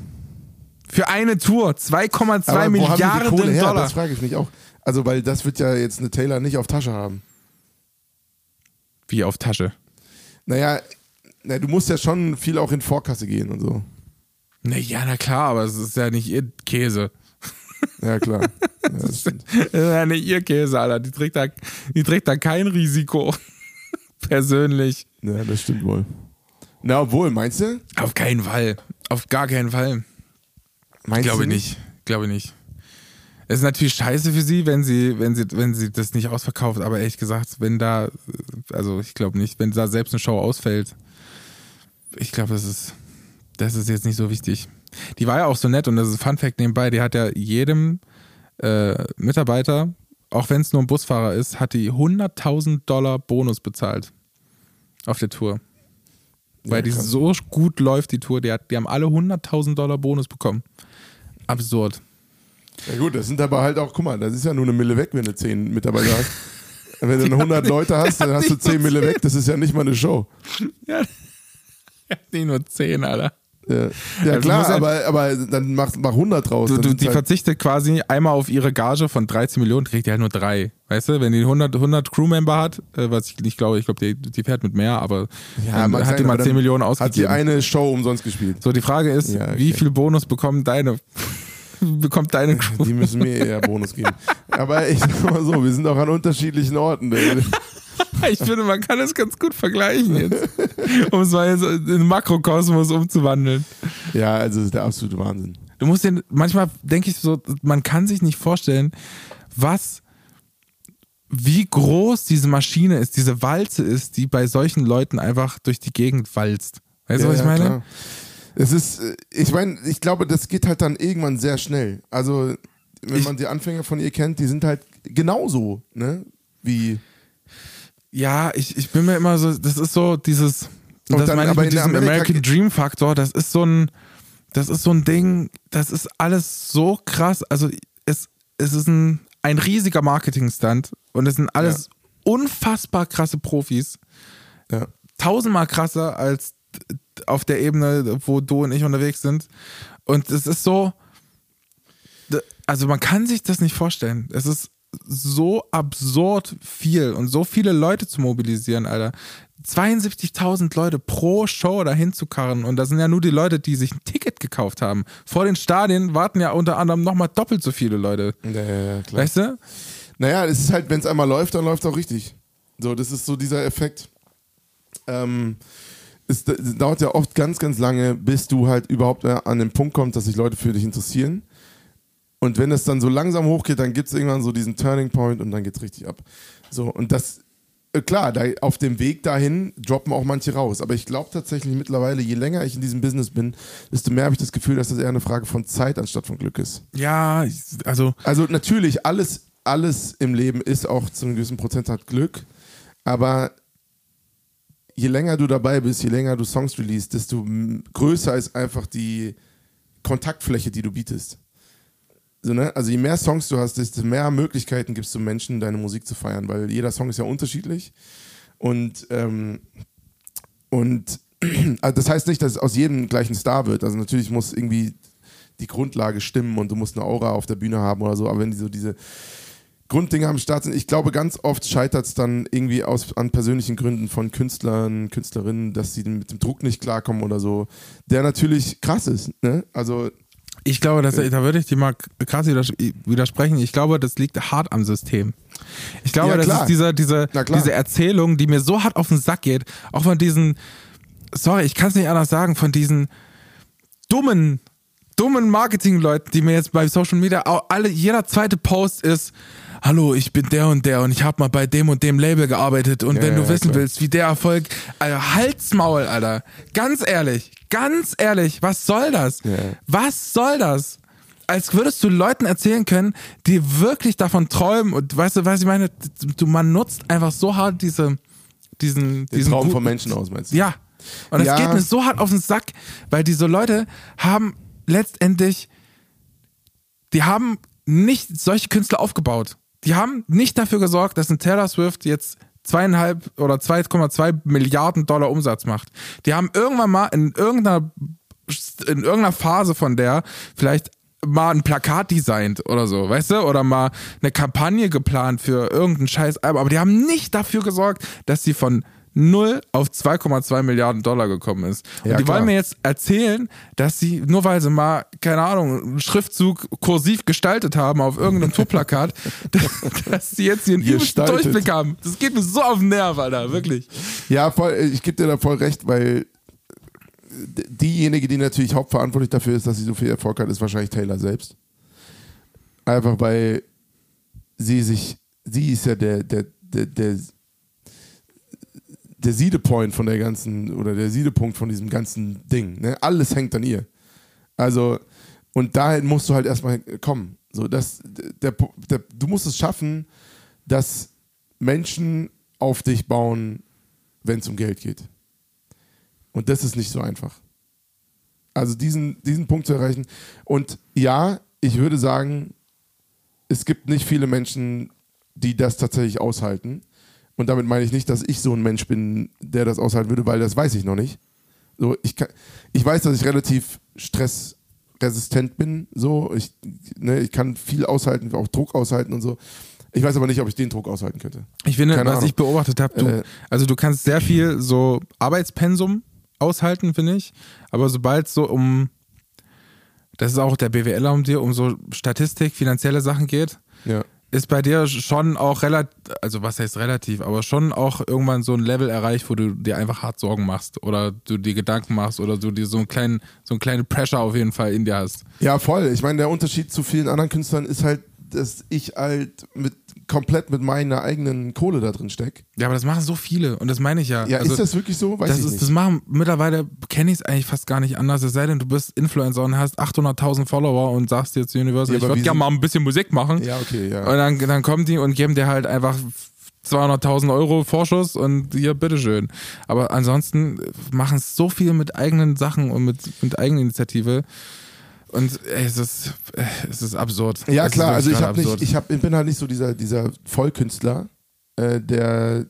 2,2 Milliarden $. Das frage ich mich auch. Also, weil das wird ja jetzt eine Taylor nicht auf Tasche haben. Wie auf Tasche? Naja, du musst ja schon viel auch in Vorkasse gehen und so. Naja, na klar, aber es ist ja nicht ihr Käse. Ja, klar. Ja, das ist ja nicht ihr Käse, Alter. Die trägt da kein Risiko. Persönlich. Ja, das stimmt wohl. Na, obwohl, meinst du? Auf keinen Fall. Auf gar keinen Fall. Glaube ich nicht. Es ist natürlich scheiße für sie, wenn sie das nicht ausverkauft, aber ehrlich gesagt, ich glaube nicht, wenn da selbst eine Show ausfällt, ich glaube, das ist jetzt nicht so wichtig. Die war ja auch so nett und das ist ein Funfact nebenbei, die hat ja jedem Mitarbeiter, auch wenn es nur ein Busfahrer ist, hat die $100.000 Bonus bezahlt auf der Tour. Weil die so gut läuft, die Tour, die haben alle $100.000 Bonus bekommen. Absurd. Ja gut, das sind aber halt auch, guck mal, das ist ja nur eine Mille weg, wenn du 10 Mitarbeiter hast. Wenn du 100 Leute hast, dann hast du 10 Mille weg, das ist ja nicht mal eine Show. Ja, nicht nur 10, Alter. Ja also klar, aber dann mach 100 draus. Die verzichtet quasi einmal auf ihre Gage von 13 Millionen, kriegt die halt nur 3. Weißt du, wenn die 100 Crewmember hat, was ich nicht glaube, die fährt mit mehr, aber hat die mal 10 Millionen ausgegeben. Hat sie eine Show umsonst gespielt. So, die Frage ist, wie viel Bonus bekommt deine Crew? Die müssen mir eher Bonus geben. Aber ich sag mal so, wir sind auch an unterschiedlichen Orten. Ich finde, man kann es ganz gut vergleichen jetzt, um es mal jetzt in den Makrokosmos umzuwandeln. Ja, also das ist der absolute Wahnsinn. Manchmal denke ich so, man kann sich nicht vorstellen, wie groß diese Maschine ist, diese Walze ist, die bei solchen Leuten einfach durch die Gegend walzt. Weißt du, was ich meine? Klar. Ich glaube, das geht halt dann irgendwann sehr schnell. Also, wenn man die Anfänger von ihr kennt, die sind halt genauso, ne? Wie. Ja, ich bin mir immer so, das ist so dieses, und das meine ich mit diesem American Dream Faktor, das ist so ein Ding, das ist alles so krass, also es ist ein riesiger Marketing-Stunt und es sind alles unfassbar krasse Profis, 1000-mal krasser als auf der Ebene, wo du und ich unterwegs sind, und es ist so, also man kann sich das nicht vorstellen, es ist so absurd viel und so viele Leute zu mobilisieren, Alter. 72.000 Leute pro Show dahin zu karren, und das sind ja nur die Leute, die sich ein Ticket gekauft haben. Vor den Stadien warten ja unter anderem nochmal doppelt so viele Leute. Ja, klar. Weißt du? Naja, es ist halt, wenn es einmal läuft, dann läuft es auch richtig. So, das ist so dieser Effekt. Es dauert ja oft ganz, ganz lange, bis du halt überhaupt an den Punkt kommst, dass sich Leute für dich interessieren. Und wenn es dann so langsam hochgeht, dann gibt es irgendwann so diesen Turning Point und dann geht es richtig ab. So, und das, klar, auf dem Weg dahin droppen auch manche raus. Aber ich glaube tatsächlich mittlerweile, je länger ich in diesem Business bin, desto mehr habe ich das Gefühl, dass das eher eine Frage von Zeit anstatt von Glück ist. Ja, also natürlich, alles im Leben ist auch zu einem gewissen Prozentsatz Glück. Aber je länger du dabei bist, je länger du Songs releast, desto größer ist einfach die Kontaktfläche, die du bietest. So, ne? Also je mehr Songs du hast, desto mehr Möglichkeiten gibst du Menschen, deine Musik zu feiern, weil jeder Song ist ja unterschiedlich. Und also das heißt nicht, dass es aus jedem gleich ein Star wird. Also natürlich muss irgendwie die Grundlage stimmen und du musst eine Aura auf der Bühne haben oder so, aber wenn die so diese Grunddinge am Start sind. Ich glaube, ganz oft scheitert es dann irgendwie an persönlichen Gründen von Künstlern, Künstlerinnen, dass sie mit dem Druck nicht klarkommen oder so, der natürlich krass ist. Ne? Also ich glaube, da würde ich dir mal krass widersprechen. Ich glaube, das liegt hart am System. Ich glaube, das ist diese Erzählung, die mir so hart auf den Sack geht, auch von diesen, sorry, ich kann es nicht anders sagen, von diesen dummen Marketing-Leuten, die mir jetzt bei Social Media jeder zweite Post ist: Hallo, ich bin der und ich habe mal bei dem und dem Label gearbeitet und wenn du wissen willst, wie der Erfolg, Alter, Halsmaul, Alter, ganz ehrlich, was soll das? Ja. Was soll das? Als würdest du Leuten erzählen können, die wirklich davon träumen und weißt du, was ich meine? Man nutzt einfach so hart diesen Traum von Menschen aus, meinst du? Ja. Und das geht mir so hart auf den Sack, weil diese Leute haben letztendlich, die haben nicht solche Künstler aufgebaut. Die haben nicht dafür gesorgt, dass ein Taylor Swift jetzt 2,5 oder 2,2 Milliarden $ Umsatz macht. Die haben irgendwann mal in irgendeiner Phase von der vielleicht mal ein Plakat designt oder so, weißt du? Oder mal eine Kampagne geplant für irgendeinen Scheiß-Album. Aber die haben nicht dafür gesorgt, dass sie von 0 auf 2,2 Milliarden $ gekommen ist. Und die wollen mir jetzt erzählen, dass sie, nur weil sie mal, keine Ahnung, einen Schriftzug kursiv gestaltet haben auf irgendeinem Tourplakat, dass sie jetzt hier einen übelsten Durchblick haben. Das geht mir so auf den Nerv, Alter, wirklich. Ja, voll, ich gebe dir da voll recht, weil diejenige, die natürlich hauptverantwortlich dafür ist, dass sie so viel Erfolg hat, ist wahrscheinlich Taylor selbst. Einfach weil sie ist ja der Siedepoint von der ganzen, oder der Siedepunkt von diesem ganzen Ding. Ne? Alles hängt an ihr. Also, und dahin musst du halt erstmal kommen. So, du musst es schaffen, dass Menschen auf dich bauen, wenn es um Geld geht. Und das ist nicht so einfach. Also diesen Punkt zu erreichen. Und ja, ich würde sagen, es gibt nicht viele Menschen, die das tatsächlich aushalten. Und damit meine ich nicht, dass ich so ein Mensch bin, der das aushalten würde, weil das weiß ich noch nicht. So, ich weiß, dass ich relativ stressresistent bin. So, ich kann viel aushalten, auch Druck aushalten und so. Ich weiß aber nicht, ob ich den Druck aushalten könnte. Ich finde, was ich beobachtet habe, du kannst sehr viel so Arbeitspensum aushalten, finde ich. Aber sobald es so das ist auch der BWLer um so Statistik, finanzielle Sachen geht, ist bei dir schon auch also was heißt relativ, aber schon auch irgendwann so ein Level erreicht, wo du dir einfach hart Sorgen machst oder du dir Gedanken machst oder du dir so einen kleinen Pressure auf jeden Fall in dir hast. Ja, voll. Ich meine, der Unterschied zu vielen anderen Künstlern ist halt, dass ich halt komplett mit meiner eigenen Kohle da drin stecke. Ja, aber das machen so viele und das meine ich ja. Ja, also, ist das wirklich so? Weiß ich nicht. Das machen, mittlerweile kenne ich es eigentlich fast gar nicht anders, es sei denn, du bist Influencer und hast 800.000 Follower und sagst jetzt Universal, ich würde gerne mal ein bisschen Musik machen. Ja, okay, ja. Und dann kommen die und geben dir halt einfach 200.000 € Vorschuss und hier, bitteschön. Aber ansonsten machen es so viel mit eigenen Sachen und mit Eigeninitiative. Und es ist absurd. Ja, klar, also ich bin halt nicht so dieser Vollkünstler, der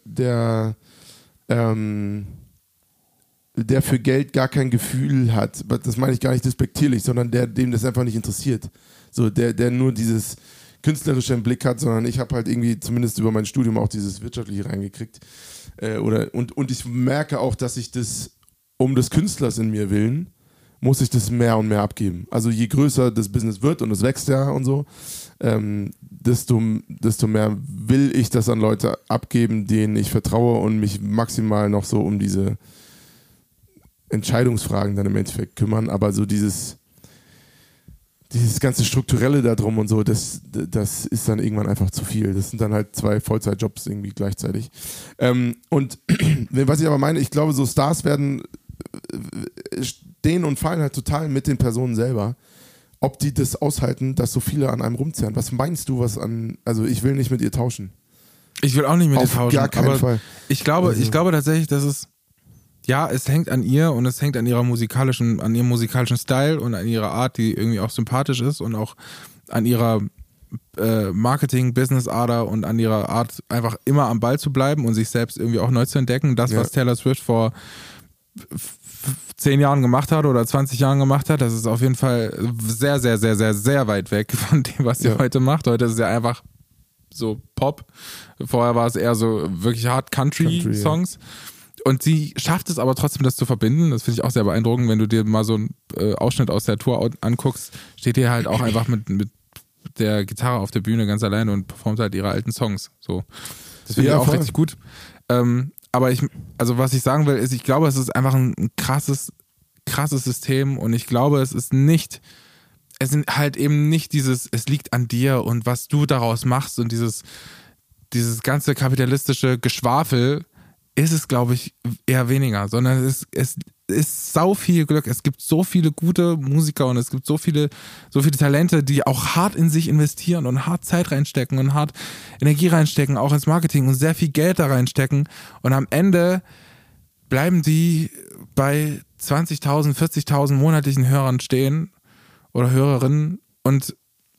für Geld gar kein Gefühl hat. Das meine ich gar nicht despektierlich, sondern dem das einfach nicht interessiert. So, der nur dieses Künstlerische im Blick hat, sondern ich habe halt irgendwie zumindest über mein Studium auch dieses Wirtschaftliche reingekriegt. Und ich merke auch, dass ich das um des Künstlers in mir willen muss ich das mehr und mehr abgeben. Also je größer das Business wird und es wächst ja und so, desto mehr will ich das an Leute abgeben, denen ich vertraue und mich maximal noch so um diese Entscheidungsfragen dann im Endeffekt kümmern. Aber so dieses ganze Strukturelle da drum und so, das ist dann irgendwann einfach zu viel. Das sind dann halt 2 Vollzeitjobs irgendwie gleichzeitig. Und was ich aber meine, ich glaube, so Stars stehen und fallen halt total mit den Personen selber. Ob die das aushalten, dass so viele an einem rumzerren. Was meinst du, also ich will nicht mit ihr tauschen. Ich will auch nicht mit ihr Auf tauschen. gar keinen Fall. Ich glaube tatsächlich, dass es hängt an ihr und es hängt an ihrem musikalischen Style und an ihrer Art, die irgendwie auch sympathisch ist und auch an ihrer Marketing-Business-Ader und an ihrer Art, einfach immer am Ball zu bleiben und sich selbst irgendwie auch neu zu entdecken. Das, was Taylor Swift vor 10 Jahren gemacht hat oder 20 Jahren gemacht hat, das ist auf jeden Fall sehr, sehr, sehr, sehr, sehr weit weg von dem, was sie heute macht. Heute ist es ja einfach so Pop. Vorher war es eher so wirklich hart Country-Songs. Und sie schafft es aber trotzdem, das zu verbinden. Das finde ich auch sehr beeindruckend, wenn du dir mal so einen Ausschnitt aus der Tour anguckst, steht hier halt auch einfach mit der Gitarre auf der Bühne ganz alleine und performt halt ihre alten Songs. So. Das finde ich auch richtig gut. Aber was ich sagen will, ist, ich glaube, es ist einfach ein krasses System und ich glaube, es sind halt eben nicht es liegt an dir und was du daraus machst und dieses ganze kapitalistische Geschwafel ist es, glaube ich, eher weniger, sondern es ist sau viel Glück. Es gibt so viele gute Musiker und es gibt so viele Talente, die auch hart in sich investieren und hart Zeit reinstecken und hart Energie reinstecken, auch ins Marketing und sehr viel Geld da reinstecken. Und am Ende bleiben die bei 20.000, 40.000 monatlichen Hörern stehen oder Hörerinnen und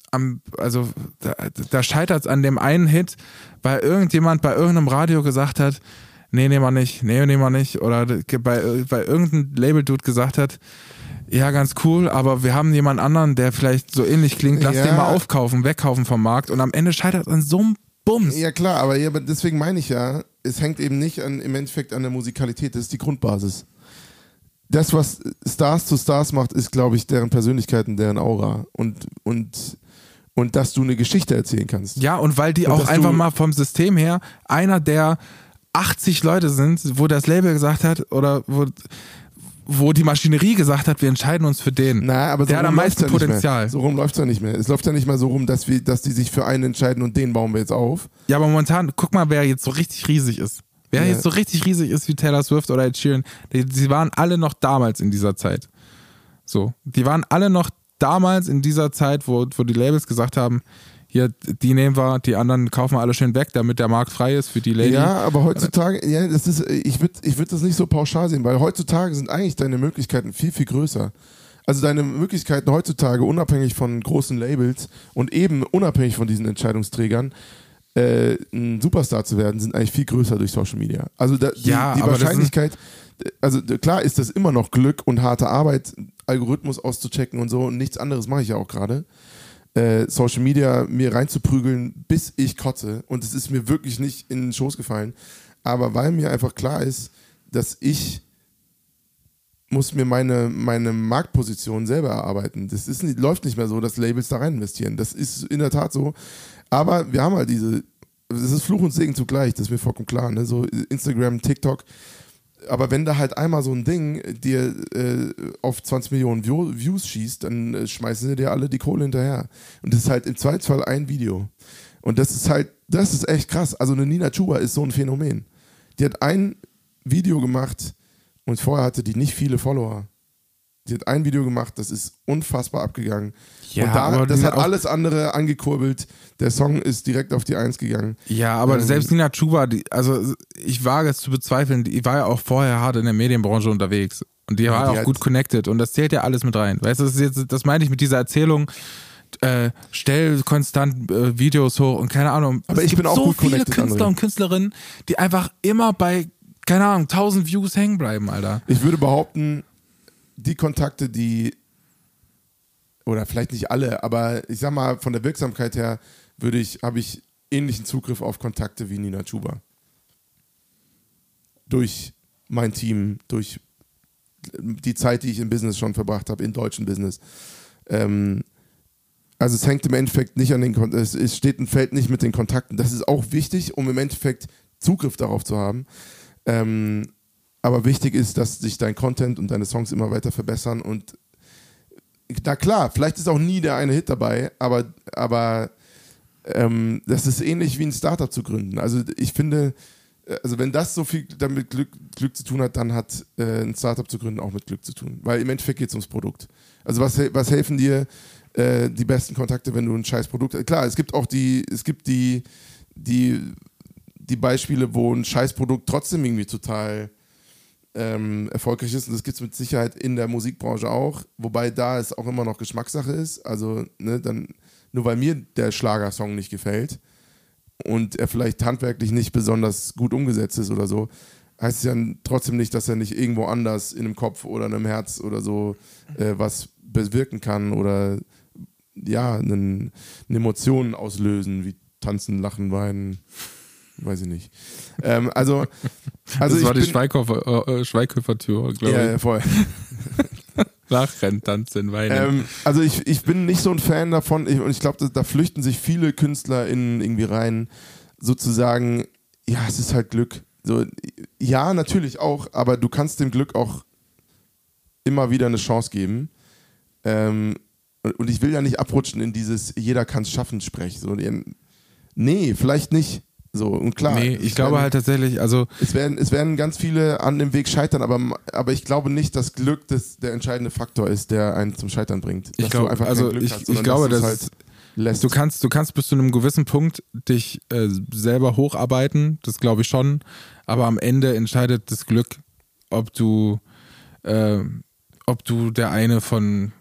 da scheitert es an dem einen Hit, weil irgendjemand bei irgendeinem Radio gesagt hat, nee, nehmen wir nicht. Oder bei irgendeinem Label-Dude gesagt hat, ja, ganz cool, aber wir haben jemand anderen, der vielleicht so ähnlich klingt, lass den mal wegkaufen vom Markt. Und am Ende scheitert es an so einem Bums. Ja, klar, aber deswegen meine ich ja, es hängt eben nicht im Endeffekt an der Musikalität, das ist die Grundbasis. Das, was Stars zu Stars macht, ist, glaube ich, deren Persönlichkeiten, deren Aura und dass du eine Geschichte erzählen kannst. Ja, und weil die auch einfach mal vom System her einer der 80 Leute sind, wo das Label gesagt hat oder wo die Maschinerie gesagt hat, wir entscheiden uns für den. Aber so der hat am meisten Potenzial. So rum läuft es ja nicht mehr. Es läuft ja nicht mal so rum, dass die sich für einen entscheiden und den bauen wir jetzt auf. Ja, aber momentan, guck mal, wer jetzt so richtig riesig ist. Wer jetzt so richtig riesig ist wie Taylor Swift oder Ed Sheeran, die waren alle noch damals in dieser Zeit. So, die waren alle noch damals in dieser Zeit, wo die Labels gesagt haben, hier, die nehmen wir, die anderen kaufen wir alle schön weg, damit der Markt frei ist für die Lady. Ja, aber heutzutage, ich würd das nicht so pauschal sehen, weil heutzutage sind eigentlich deine Möglichkeiten viel, viel größer. Also deine Möglichkeiten heutzutage, unabhängig von großen Labels und eben unabhängig von diesen Entscheidungsträgern, ein Superstar zu werden, sind eigentlich viel größer durch Social Media. Also die Wahrscheinlichkeit, also klar ist das immer noch Glück und harte Arbeit, Algorithmus auszuchecken und so, und nichts anderes mache ich ja auch gerade. Social Media mir reinzuprügeln, bis ich kotze. Und es ist mir wirklich nicht in den Schoß gefallen. Aber weil mir einfach klar ist, dass ich muss mir meine Marktposition selber erarbeiten. Das läuft nicht mehr so, dass Labels da rein investieren. Das ist in der Tat so. Aber wir haben halt das ist Fluch und Segen zugleich, das ist mir vollkommen klar. Ne? So Instagram, TikTok. Aber wenn da halt einmal so ein Ding dir auf 20 Millionen Views schießt, dann schmeißen sie dir alle die Kohle hinterher. Und das ist halt im Zweifelsfall ein Video. Und das ist echt krass. Also eine Nina Chuba ist so ein Phänomen. Die hat ein Video gemacht und vorher hatte die nicht viele Follower. Die hat ein Video gemacht, das ist unfassbar abgegangen. Ja, und das hat alles andere angekurbelt. Der Song ist direkt auf die 1 gegangen. Ja, aber selbst Nina Chuba, also ich wage es zu bezweifeln, die war ja auch vorher hart in der Medienbranche unterwegs. Und die war ja auch gut connected. Und das zählt ja alles mit rein. Weißt du, das meine ich mit dieser Erzählung, stell konstant Videos hoch und keine Ahnung. Aber ich bin auch gut connected. So viele Künstler und Künstlerinnen, die einfach immer bei, keine Ahnung, 1000 Views hängen bleiben, Alter. Ich würde behaupten, die Kontakte, oder vielleicht nicht alle, aber ich sag mal, von der Wirksamkeit her habe ich ähnlichen Zugriff auf Kontakte wie Nina Chuba. Durch mein Team, durch die Zeit, die ich im Business schon verbracht habe, im deutschen Business. Also es hängt im Endeffekt nicht an den es steht und fällt nicht mit den Kontakten. Das ist auch wichtig, um im Endeffekt Zugriff darauf zu haben. Aber wichtig ist, dass sich dein Content und deine Songs immer weiter verbessern und na klar, vielleicht ist auch nie der eine Hit dabei, aber das ist ähnlich wie ein Startup zu gründen. Also ich finde, also wenn das so viel damit Glück zu tun hat, dann hat ein Startup zu gründen auch mit Glück zu tun. Weil im Endeffekt geht es ums Produkt. Also was helfen dir die besten Kontakte, wenn du ein scheiß Produkt hast? Klar, es gibt auch die Beispiele, wo ein scheiß Produkt trotzdem irgendwie total erfolgreich ist. Und das gibt es mit Sicherheit in der Musikbranche auch. Wobei da es auch immer noch Geschmackssache ist. Also dann nur weil mir der Schlagersong nicht gefällt und er vielleicht handwerklich nicht besonders gut umgesetzt ist oder so, heißt es ja trotzdem nicht, dass er nicht irgendwo anders in einem Kopf oder in einem Herz oder so was bewirken kann oder ja, eine Emotion auslösen, wie tanzen, lachen, weinen, weiß ich nicht. Also das war die Schweighöfer-Tür, glaube ich. Ja, voll. Lachen, tanzen, weinen. Also ich bin nicht so ein Fan davon und ich glaube, da flüchten sich viele KünstlerInnen irgendwie rein, sozusagen, ja, es ist halt Glück. So, ja, natürlich auch, aber du kannst dem Glück auch immer wieder eine Chance geben. Und ich will ja nicht abrutschen in dieses jeder kann es schaffen Sprech. So, nee, vielleicht nicht. So, und klar. Nee, ich glaube halt tatsächlich, also. Es werden ganz viele an dem Weg scheitern, aber ich glaube nicht, dass Glück der entscheidende Faktor ist, der einen zum Scheitern bringt. Ich glaube, ich glaube, dass du kannst bis zu einem gewissen Punkt dich selber hocharbeiten, das glaube ich schon, aber am Ende entscheidet das Glück, ob du der eine von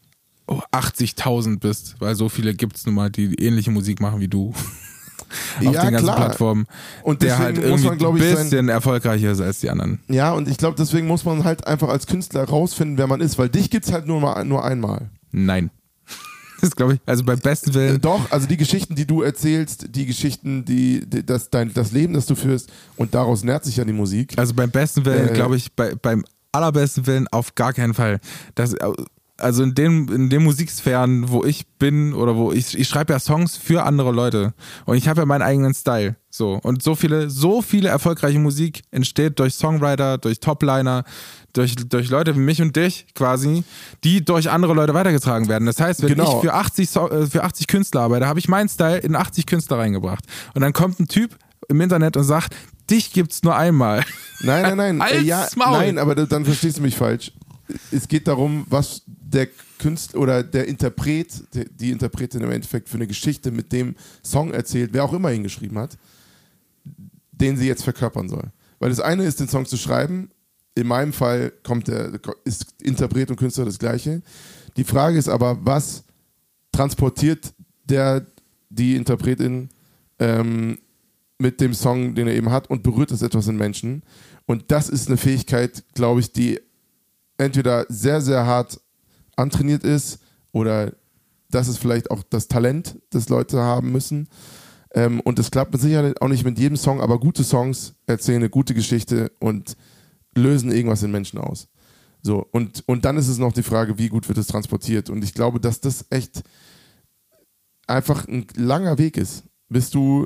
80.000 bist, weil so viele gibt es nun mal, die ähnliche Musik machen wie du. Auf den ganzen Plattformen, und der halt irgendwie man, ein bisschen erfolgreicher ist als die anderen. Ja, und ich glaube, deswegen muss man halt einfach als Künstler rausfinden, wer man ist, weil dich gibt's halt nur einmal. Nein. Das glaube ich, also beim besten Willen. Doch, also die Geschichten, die du erzählst, die Geschichten, das Leben, das du führst, und daraus nährt sich ja die Musik. Also beim besten Willen, glaube ich, beim allerbesten Willen auf gar keinen Fall. Also in den Musiksphären, wo ich bin oder wo ich schreibe ja Songs für andere Leute und ich habe ja meinen eigenen Style. So. Und so viele erfolgreiche Musik entsteht durch Songwriter, durch Topliner, durch Leute wie mich und dich quasi, die durch andere Leute weitergetragen werden. Das heißt, wenn ich für 80 Künstler arbeite, habe ich meinen Style in 80 Künstler reingebracht. Und dann kommt ein Typ im Internet und sagt, dich gibt's nur einmal. Nein. Nein, aber dann verstehst du mich falsch. Es geht darum, was der Künstler oder der Interpret, die Interpretin im Endeffekt für eine Geschichte mit dem Song erzählt, wer auch immer ihn geschrieben hat, den sie jetzt verkörpern soll. Weil das eine ist, den Song zu schreiben. In meinem Fall ist Interpret und Künstler das Gleiche. Die Frage ist aber, was transportiert die Interpretin mit dem Song, den er eben hat, und berührt es etwas in Menschen? Und das ist eine Fähigkeit, glaube ich, die entweder sehr, sehr hart antrainiert ist oder das ist vielleicht auch das Talent, das Leute haben müssen. Und das klappt mit Sicherheit auch nicht mit jedem Song, aber gute Songs erzählen eine gute Geschichte und lösen irgendwas in Menschen aus. So, und dann ist es noch die Frage, wie gut wird es transportiert. Und ich glaube, dass das echt einfach ein langer Weg ist, bis du.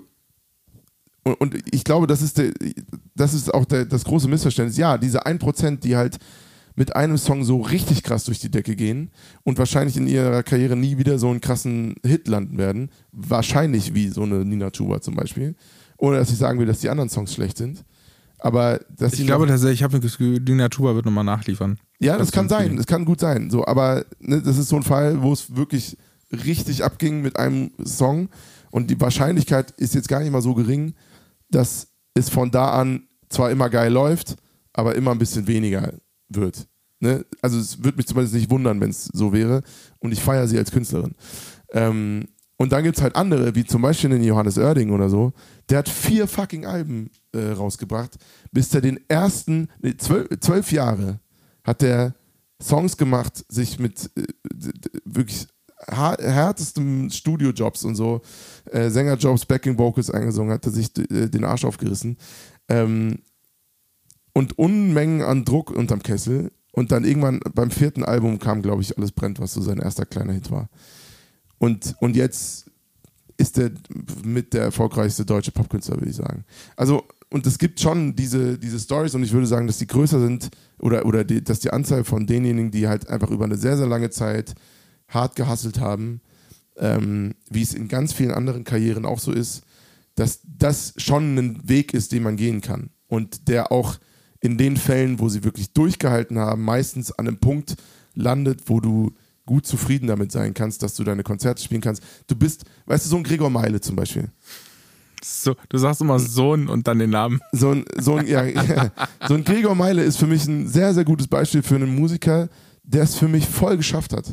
Und ich glaube, das ist auch das große Missverständnis. Ja, diese 1%, die halt mit einem Song so richtig krass durch die Decke gehen und wahrscheinlich in ihrer Karriere nie wieder so einen krassen Hit landen werden. Wahrscheinlich wie so eine Nina Chuba zum Beispiel. Ohne dass ich sagen will, dass die anderen Songs schlecht sind. Aber ich glaube tatsächlich, ich habe das Gefühl, Nina Chuba wird nochmal nachliefern. Ja, das kann sein. Das kann gut sein. So, aber das ist so ein Fall, wo es wirklich richtig abging mit einem Song und die Wahrscheinlichkeit ist jetzt gar nicht mal so gering, dass es von da an zwar immer geil läuft, aber immer ein bisschen weniger wird. Ne? Also es würde mich zumindest nicht wundern, wenn es so wäre. Und ich feiere sie als Künstlerin. Und dann gibt es halt andere, wie zum Beispiel den Johannes Oerding oder so. Der hat 4 fucking Alben rausgebracht, bis der den ersten, 12 Jahre hat der Songs gemacht, sich mit wirklich härtesten Studiojobs und so, Sängerjobs, Backing Vocals eingesungen, hat er sich den Arsch aufgerissen. Und Unmengen an Druck unterm Kessel Und dann irgendwann beim 4. Album kam, glaube ich, Alles brennt, was so sein erster kleiner Hit war. Und jetzt ist er mit der erfolgreichste deutsche Popkünstler, würde ich sagen. Also, und es gibt schon diese Stories und ich würde sagen, dass die größer sind oder dass die Anzahl von denjenigen, die halt einfach über eine sehr, sehr lange Zeit hart gehustelt haben, wie es in ganz vielen anderen Karrieren auch so ist, dass das schon ein Weg ist, den man gehen kann. Und der auch in den Fällen, wo sie wirklich durchgehalten haben, meistens an einem Punkt landet, wo du gut zufrieden damit sein kannst, dass du deine Konzerte spielen kannst. Du bist, weißt du, so ein Gregor Meile zum Beispiel. So, du sagst immer Sohn und dann den Namen. So ein Gregor Meile ist für mich ein sehr, sehr gutes Beispiel für einen Musiker, der es für mich voll geschafft hat.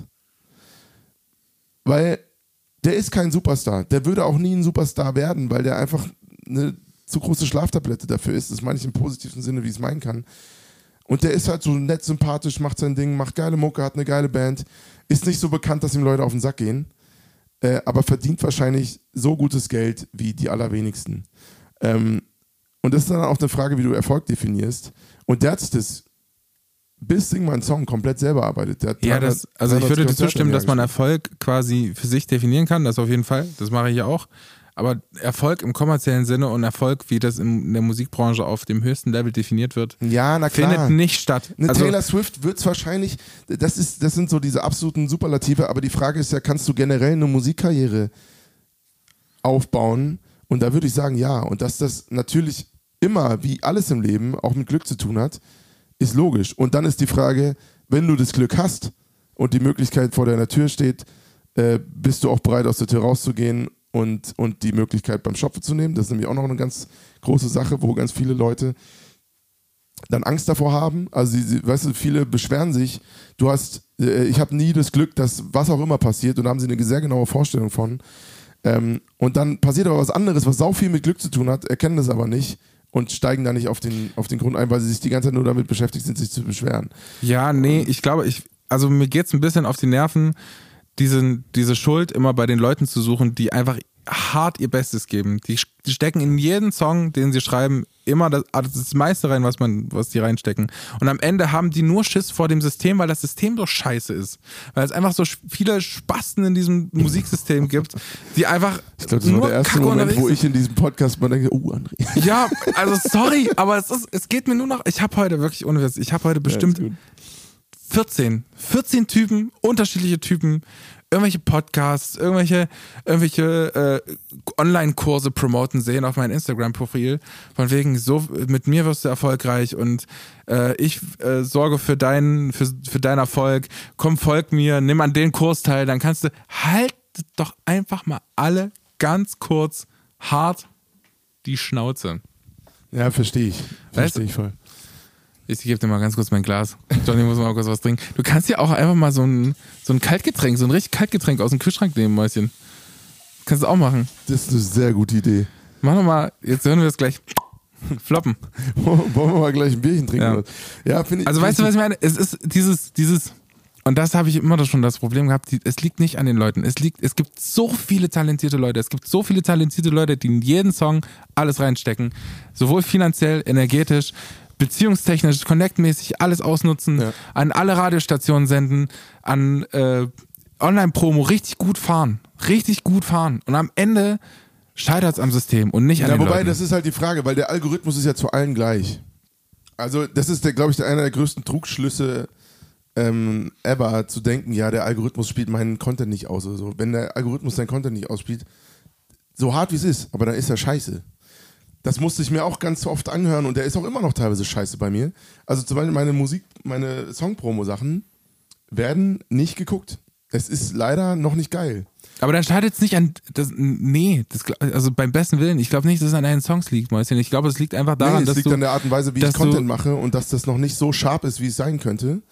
Weil der ist kein Superstar. Der würde auch nie ein Superstar werden, weil der einfach eine zu große Schlaftablette dafür ist. Das meine ich im positiven Sinne, wie ich es meinen kann. Und der ist halt so nett, sympathisch, macht sein Ding, macht geile Mucke, hat eine geile Band. Ist nicht so bekannt, dass ihm Leute auf den Sack gehen. Aber verdient wahrscheinlich so gutes Geld wie die allerwenigsten. Und das ist dann auch eine Frage, wie du Erfolg definierst. Und der hat sich das bis Sing mein Song komplett selber arbeitet. Ja, also ich würde dir zustimmen, dass man Erfolg quasi für sich definieren kann, das auf jeden Fall, das mache ich ja auch. Aber Erfolg im kommerziellen Sinne und Erfolg, wie das in der Musikbranche auf dem höchsten Level definiert wird, ja, na klar, findet nicht statt. Taylor Swift wird es wahrscheinlich, das sind so diese absoluten Superlative, aber die Frage ist ja, kannst du generell eine Musikkarriere aufbauen? Und da würde ich sagen, ja. Und dass das natürlich immer, wie alles im Leben, auch mit Glück zu tun hat, ist logisch. Und dann ist die Frage, wenn du das Glück hast und die Möglichkeit vor deiner Tür steht, bist du auch bereit, aus der Tür rauszugehen und die Möglichkeit beim Schopfe zu nehmen. Das ist nämlich auch noch eine ganz große Sache, wo ganz viele Leute dann Angst davor haben. Also weißt du, viele beschweren sich, ich habe nie das Glück, dass was auch immer passiert, und da haben sie eine sehr genaue Vorstellung von. Und dann passiert aber was anderes, was sau viel mit Glück zu tun hat, erkennen das aber nicht und steigen da nicht auf den Grund ein, weil sie sich die ganze Zeit nur damit beschäftigt sind, sich zu beschweren. Ja, nee, ich glaube, also mir geht es ein bisschen auf die Nerven, diese Schuld immer bei den Leuten zu suchen, die einfach hart ihr Bestes geben. Die stecken in jeden Song, den sie schreiben, immer das meiste rein, was die reinstecken. Und am Ende haben die nur Schiss vor dem System, weil das System so scheiße ist. Weil es einfach so viele Spasten in diesem Musiksystem gibt, die einfach. Ich glaube, das war der erste Moment, wo ich in diesem Podcast mal denke, André. Ja, also sorry, aber es geht mir nur noch. Ich habe heute wirklich ohne Witz, bestimmt 14 Typen, unterschiedliche Typen, irgendwelche Podcasts, irgendwelche Online-Kurse promoten sehen auf meinem Instagram-Profil, von wegen, so mit mir wirst du erfolgreich und ich sorge für deinen Erfolg, komm, folg mir, nimm an den Kurs teil, dann kannst du, halt doch einfach mal alle ganz kurz hart die Schnauze. Ja, verstehe ich. Verstehe ich voll. Ich gebe dir mal ganz kurz mein Glas. Johnny muss mal kurz was trinken. Du kannst ja auch einfach mal so ein Kaltgetränk, so ein richtig Kaltgetränk aus dem Kühlschrank nehmen, Mäuschen. Kannst du auch machen. Das ist eine sehr gute Idee. Mach noch mal, jetzt hören wir es gleich floppen. Wollen wir mal gleich ein Bierchen trinken? Ja, finde ich. Also weißt du, was ich meine? Es ist dieses, und das habe ich immer schon das Problem gehabt, es liegt nicht an den Leuten. Es gibt so viele talentierte Leute. Es gibt so viele talentierte Leute, die in jeden Song alles reinstecken. Sowohl finanziell, energetisch, beziehungstechnisch, connectmäßig alles ausnutzen, an alle Radiostationen senden, an Online-Promo richtig gut fahren. Und am Ende scheitert es am System und nicht an den Leuten. Wobei, das ist halt die Frage, weil der Algorithmus ist ja zu allen gleich. Also das ist, glaube ich, einer der größten Trugschlüsse ever, zu denken, ja, der Algorithmus spielt meinen Content nicht aus oder so. Wenn der Algorithmus seinen Content nicht ausspielt, so hart wie es ist, aber dann ist er scheiße. Das musste ich mir auch ganz oft anhören und der ist auch immer noch teilweise scheiße bei mir. Also zum Beispiel meine Song-Promo-Sachen werden nicht geguckt. Es ist leider noch nicht geil. Aber dann scheitert es nicht an, also beim besten Willen, ich glaube nicht, dass es an deinen Songs liegt, Mäuschen. Ich glaube, es liegt einfach daran, es liegt an der Art und Weise, wie ich Content mache und dass das noch nicht so sharp ist, wie es sein könnte.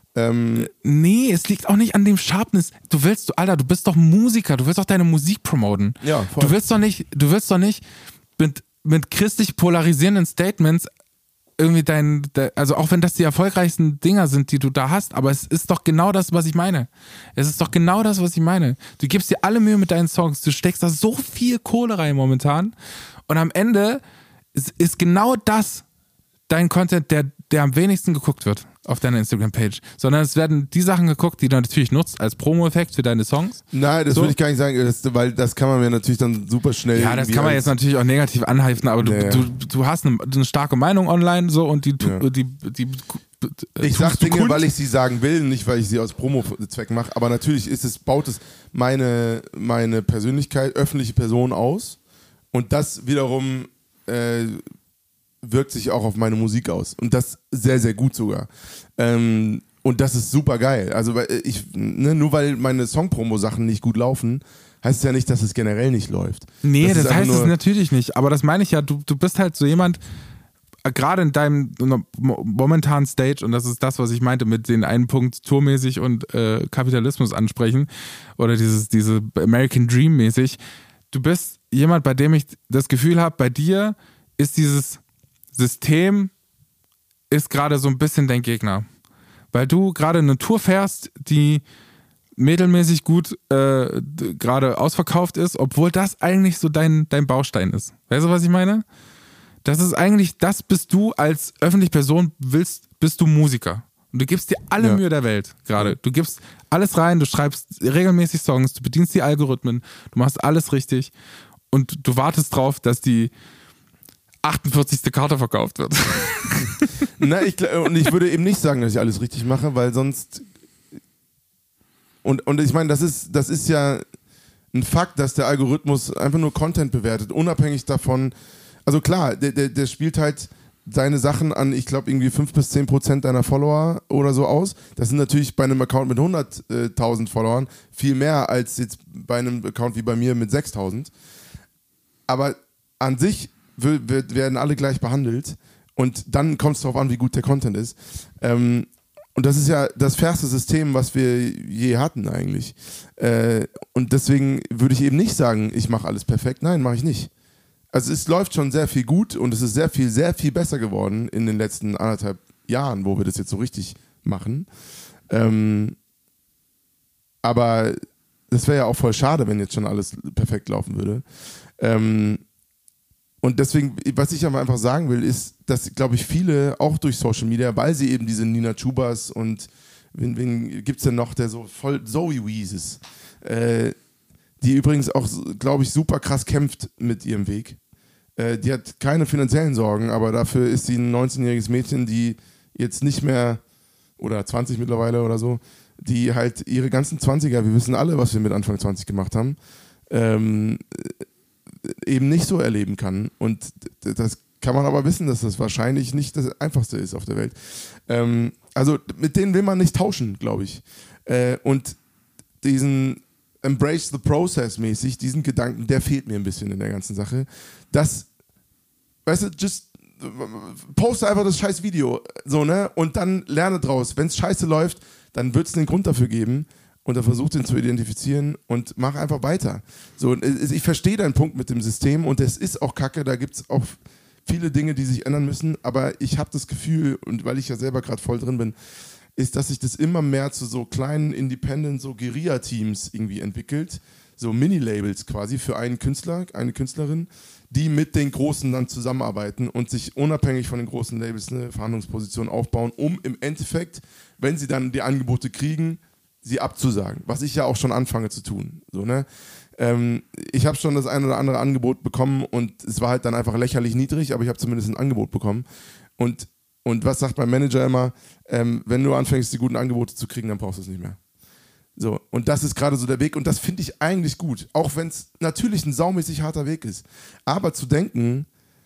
Nee, es liegt auch nicht an dem Sharpness. Du bist doch Musiker, du willst doch deine Musik promoten. Ja, voll. Du willst doch nicht mit christlich polarisierenden Statements irgendwie also auch wenn das die erfolgreichsten Dinger sind, die du da hast, aber es ist doch genau das, was ich meine. Du gibst dir alle Mühe mit deinen Songs, du steckst da so viel Kohle rein momentan und am Ende ist genau das dein Content, der am wenigsten geguckt wird. auf deiner Instagram-Page, sondern es werden die Sachen geguckt, die du natürlich nutzt als Promo-Effekt für deine Songs. Nein, das würde ich gar nicht sagen, weil das kann man mir natürlich dann super schnell... Ja, das kann man jetzt natürlich auch negativ anheifen, aber du hast eine starke Meinung online so und die ich sag Dinge, weil ich sie sagen will, nicht weil ich sie aus Promo-Zwecken mache, aber natürlich baut es meine Persönlichkeit, öffentliche Person aus und das wiederum wirkt sich auch auf meine Musik aus und das sehr, sehr gut sogar. Und das ist super geil. Also nur weil meine Song-Promo-Sachen nicht gut laufen, heißt es ja nicht, dass es generell nicht läuft. Nee, das heißt es natürlich nicht, aber das meine ich ja, du bist halt so jemand, gerade in deinem momentanen Stage, und das ist das, was ich meinte mit den einen Punkt tourmäßig und Kapitalismus ansprechen oder diese American Dream mäßig, du bist jemand, bei dem ich das Gefühl habe, bei dir ist dieses System ist gerade so ein bisschen dein Gegner. Weil du gerade eine Tour fährst, die mittelmäßig gut gerade ausverkauft ist, obwohl das eigentlich so dein Baustein ist. Weißt du, was ich meine? Das ist eigentlich, das bist du als öffentliche Person, bist du Musiker. Und du gibst dir alle Mühe der Welt gerade. Du gibst alles rein, du schreibst regelmäßig Songs, du bedienst die Algorithmen, du machst alles richtig und du wartest drauf, dass die 48. Karte verkauft wird. Na, ich würde eben nicht sagen, dass ich alles richtig mache, weil sonst und ich meine, das ist ja ein Fakt, dass der Algorithmus einfach nur Content bewertet, unabhängig davon. Also klar, der spielt halt seine Sachen an, ich glaube, irgendwie 5-10% deiner Follower oder so aus. Das sind natürlich bei einem Account mit 100.000 Followern viel mehr als jetzt bei einem Account wie bei mir mit 6.000. Aber an sich werden alle gleich behandelt und dann kommt es darauf an, wie gut der Content ist. Und das ist ja das fairste System, was wir je hatten eigentlich. Und deswegen würde ich eben nicht sagen, ich mache alles perfekt. Nein, mache ich nicht. Also es läuft schon sehr viel gut und es ist sehr viel besser geworden in den letzten 1,5 Jahren, wo wir das jetzt so richtig machen. Aber das wäre ja auch voll schade, wenn jetzt schon alles perfekt laufen würde. Und deswegen, was ich aber einfach sagen will, ist, dass, glaube ich, viele auch durch Social Media, weil sie eben diese Nina Chubas und wen gibt es denn noch, der so voll Zoe Weezes, die übrigens auch, glaube ich, super krass kämpft mit ihrem Weg. Die hat keine finanziellen Sorgen, aber dafür ist sie ein 19-jähriges Mädchen, die jetzt nicht mehr, oder 20 mittlerweile oder so, die halt ihre ganzen 20er, wir wissen alle, was wir mit Anfang 20 gemacht haben, eben nicht so erleben kann. Und das kann man aber wissen, dass das wahrscheinlich nicht das Einfachste ist auf der Welt. Also mit denen will man nicht tauschen, glaube ich. Und diesen Embrace the Process mäßig, diesen Gedanken, der fehlt mir ein bisschen in der ganzen Sache. Das, weißt du, poste einfach das scheiß Video, so, ne? Und dann lerne draus. Wenn es scheiße läuft, dann wird es einen Grund dafür geben und dann versuch den zu identifizieren und mach einfach weiter. So, ich verstehe deinen Punkt mit dem System und es ist auch kacke, da gibt es auch viele Dinge, die sich ändern müssen, aber ich habe das Gefühl, und weil ich ja selber gerade voll drin bin, ist, dass sich das immer mehr zu so kleinen Independent, so Guerilla-Teams irgendwie entwickelt, so Mini-Labels quasi für einen Künstler, eine Künstlerin, die mit den Großen dann zusammenarbeiten und sich unabhängig von den großen Labels eine Verhandlungsposition aufbauen, um im Endeffekt, wenn sie dann die Angebote kriegen, sie abzusagen, was ich ja auch schon anfange zu tun. So, ne? Ich habe schon das ein oder andere Angebot bekommen und es war halt dann einfach lächerlich niedrig, aber ich habe zumindest ein Angebot bekommen. Und was sagt mein Manager immer? Wenn du anfängst, die guten Angebote zu kriegen, dann brauchst du es nicht mehr. So, und das ist gerade so der Weg und das finde ich eigentlich gut, auch wenn es natürlich ein saumäßig harter Weg ist. Aber zu denken,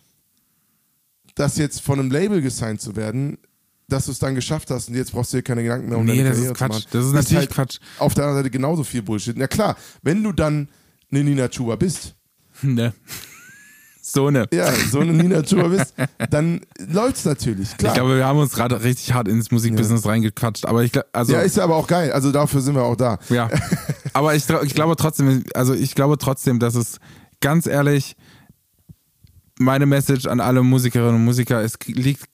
dass jetzt von einem Label gesigned zu werden, dass du es dann geschafft hast und jetzt brauchst du dir keine Gedanken mehr um deine Karriere zu machen. Das ist natürlich halt Quatsch. Auf der anderen Seite genauso viel Bullshit. Na klar, wenn du dann eine Nina Chuba bist, ne. So eine. Ja, so eine Nina Chuba bist, dann läuft's natürlich, klar. Ich glaube, wir haben uns gerade richtig hart ins Musikbusiness reingequatscht, aber ja, ist ja aber auch geil, also dafür sind wir auch da. Ja, aber ich glaube trotzdem, dass es, ganz ehrlich, meine Message an alle Musikerinnen und Musiker, es liegt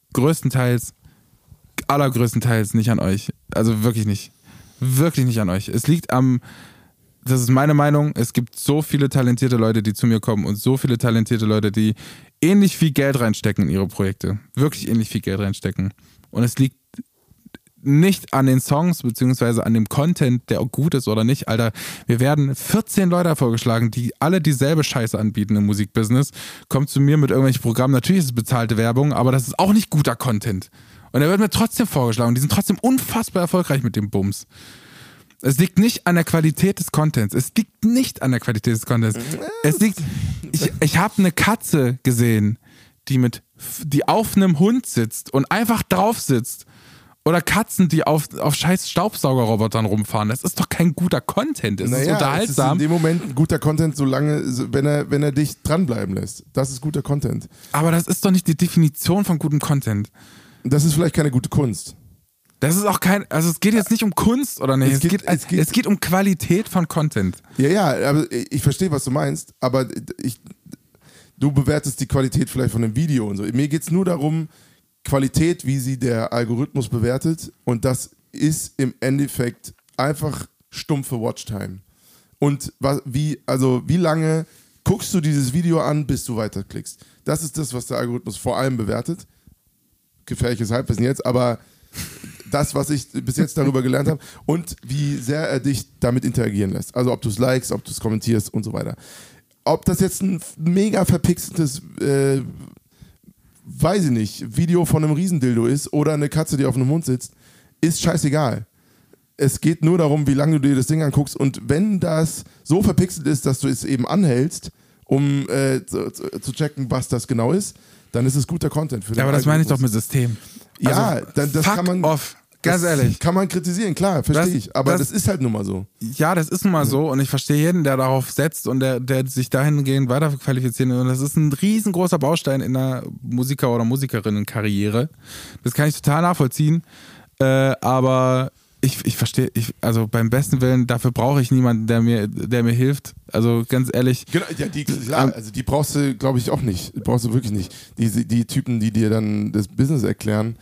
allergrößtenteils nicht an euch. Also wirklich nicht. Wirklich nicht an euch. Es liegt das ist meine Meinung, es gibt so viele talentierte Leute, die zu mir kommen und so viele talentierte Leute, die ähnlich viel Geld reinstecken in ihre Projekte. Wirklich ähnlich viel Geld reinstecken. Und es liegt nicht an den Songs beziehungsweise an dem Content, der auch gut ist oder nicht, Alter. Wir werden 14 Leute vorgeschlagen, die alle dieselbe Scheiße anbieten im Musikbusiness. Kommt zu mir mit irgendwelchen Programmen. Natürlich ist es bezahlte Werbung, aber das ist auch nicht guter Content. Und er wird mir trotzdem vorgeschlagen. Die sind trotzdem unfassbar erfolgreich mit dem Bums. Es liegt nicht an der Qualität des Contents. Es liegt nicht an der Qualität des Contents. Es liegt. Ich habe eine Katze gesehen, die auf einem Hund sitzt und einfach drauf sitzt. Oder Katzen, die auf scheiß Staubsaugerrobotern rumfahren. Das ist doch kein guter Content. Es ist unterhaltsam. Es ist in dem Moment ein guter Content, solange, wenn er dich dranbleiben lässt. Das ist guter Content. Aber das ist doch nicht die Definition von gutem Content. Das ist vielleicht keine gute Kunst. Das ist auch also es geht jetzt nicht um Kunst oder nicht. Es geht um Qualität von Content. Ja, aber ich verstehe, was du meinst, aber du bewertest die Qualität vielleicht von einem Video und so. Mir geht es nur darum, Qualität, wie sie der Algorithmus bewertet, und das ist im Endeffekt einfach stumpfe Watchtime. Und wie lange guckst du dieses Video an, bis du weiterklickst? Das ist das, was der Algorithmus vor allem bewertet. Gefährliches Halbwissen jetzt, aber das, was ich bis jetzt darüber gelernt habe, und wie sehr er dich damit interagieren lässt. Also ob du es likest, ob du es kommentierst und so weiter. Ob das jetzt ein mega verpixeltes, weiß ich nicht, Video von einem Riesendildo ist oder eine Katze, die auf einem Hund sitzt, ist scheißegal. Es geht nur darum, wie lange du dir das Ding anguckst, und wenn das so verpixelt ist, dass du es eben anhältst, um zu checken, was das genau ist, dann ist es guter Content für den aber das meine ich doch mit System. Ja, also, das kann man... Ganz ehrlich. Kann man kritisieren, klar, verstehe ich. Aber das ist halt nun mal so. Ja, das ist nun mal so, und ich verstehe jeden, der darauf setzt und der sich dahingehend weiter qualifizieren will. Und das ist ein riesengroßer Baustein in der Musiker- oder Musikerinnenkarriere. Das kann ich total nachvollziehen. Aber ich verstehe, also beim besten Willen, dafür brauche ich niemanden, der mir hilft. Also ganz ehrlich. Genau, ja, die brauchst du, glaube ich, auch nicht. Brauchst du wirklich nicht. Die Typen, die dir dann das Business erklären.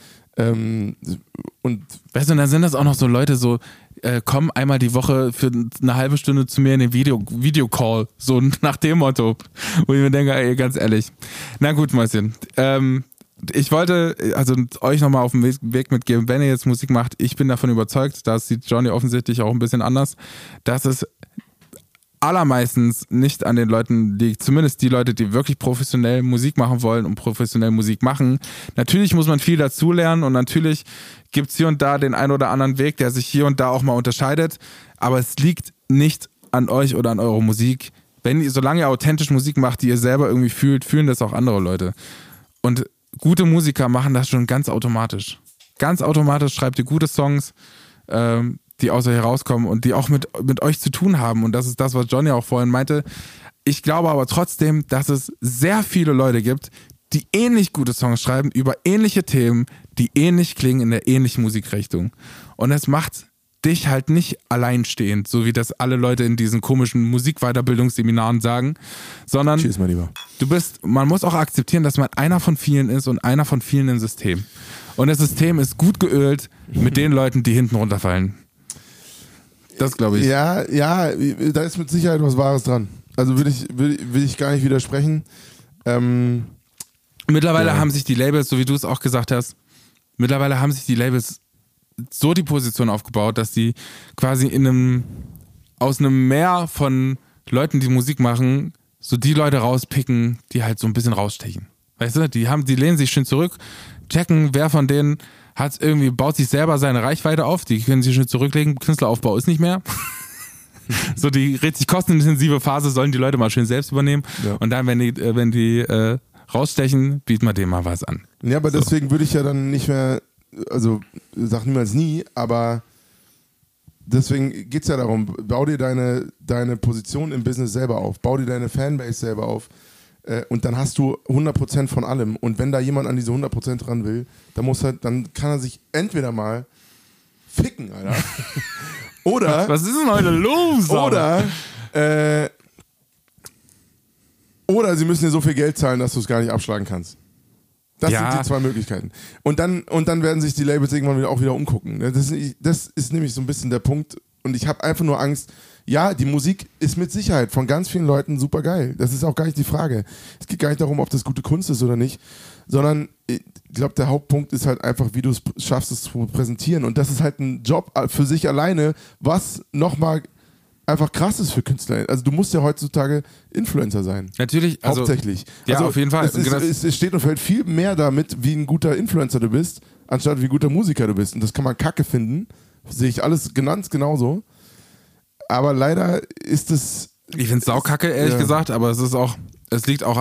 Und weißt du, und dann sind das auch noch so Leute, kommen einmal die Woche für eine halbe Stunde zu mir in den Videocall, so nach dem Motto, wo ich mir denke, ey, ganz ehrlich. Na gut, Mäuschen. Ich wollte euch nochmal auf den Weg mitgeben, wenn ihr jetzt Musik macht, ich bin davon überzeugt, das sieht Johnny offensichtlich auch ein bisschen anders, dass es allermeistens nicht an den Leuten liegt, zumindest die Leute, die wirklich professionell Musik machen wollen und professionell Musik machen. Natürlich muss man viel dazulernen, und natürlich gibt es hier und da den einen oder anderen Weg, der sich hier und da auch mal unterscheidet, aber es liegt nicht an euch oder an eurer Musik. Solange ihr authentisch Musik macht, die ihr selber irgendwie fühlt, fühlen das auch andere Leute. Und gute Musiker machen das schon ganz automatisch. Ganz automatisch schreibt ihr gute Songs, die aus euch herauskommen und die auch mit euch zu tun haben. Und das ist das, was Johnny auch vorhin meinte. Ich glaube aber trotzdem, dass es sehr viele Leute gibt, die ähnlich gute Songs schreiben über ähnliche Themen, die ähnlich klingen in der ähnlichen Musikrichtung. Und das macht dich halt nicht alleinstehend, so wie das alle Leute in diesen komischen Musikweiterbildungsseminaren sagen, sondern Tschüss, mein Lieber. Man muss auch akzeptieren, dass man einer von vielen ist und einer von vielen im System. Und das System ist gut geölt mit den Leuten, die hinten runterfallen. Das glaube ich. Ja, da ist mit Sicherheit was Wahres dran. Also will ich gar nicht widersprechen. Mittlerweile haben sich die Labels, so wie du es auch gesagt hast, so die Position aufgebaut, dass die quasi aus einem Meer von Leuten, die Musik machen, so die Leute rauspicken, die halt so ein bisschen rausstechen. Weißt du, die lehnen sich schön zurück, checken, wer von denen baut sich selber seine Reichweite auf, die können sich schön zurücklegen, Künstleraufbau ist nicht mehr. So die richtig kostenintensive Phase sollen die Leute mal schön selbst übernehmen. Ja. Und dann, wenn die rausstechen, bieten wir dem mal was an. Ja, aber deswegen würde ich ja dann nicht mehr, also sag niemals nie, aber deswegen geht es ja darum, bau dir deine Position im Business selber auf, bau dir deine Fanbase selber auf, und dann hast du 100% von allem. Und wenn da jemand an diese 100% ran will, dann kann er sich entweder mal ficken, Alter. Oder... Was ist denn heute los? Oder sie müssen dir so viel Geld zahlen, dass du es gar nicht abschlagen kannst. Das sind die zwei Möglichkeiten. Und dann werden sich die Labels irgendwann auch wieder umgucken. Das ist nämlich so ein bisschen der Punkt. Und ich habe einfach nur Angst, ja, die Musik ist mit Sicherheit von ganz vielen Leuten super geil. Das ist auch gar nicht die Frage. Es geht gar nicht darum, ob das gute Kunst ist oder nicht, sondern ich glaube, der Hauptpunkt ist halt einfach, wie du es schaffst, es zu präsentieren. Und das ist halt ein Job für sich alleine, was nochmal einfach krass ist für Künstler. Also du musst ja heutzutage Influencer sein. Natürlich. Also, hauptsächlich. Ja, also auf jeden Fall. Es steht und fällt viel mehr damit, wie ein guter Influencer du bist, anstatt wie ein guter Musiker du bist. Und das kann man kacke finden. Sehe ich alles ganz genauso. Aber leider ist es... Ich finde es saukacke, ehrlich gesagt, aber es liegt auch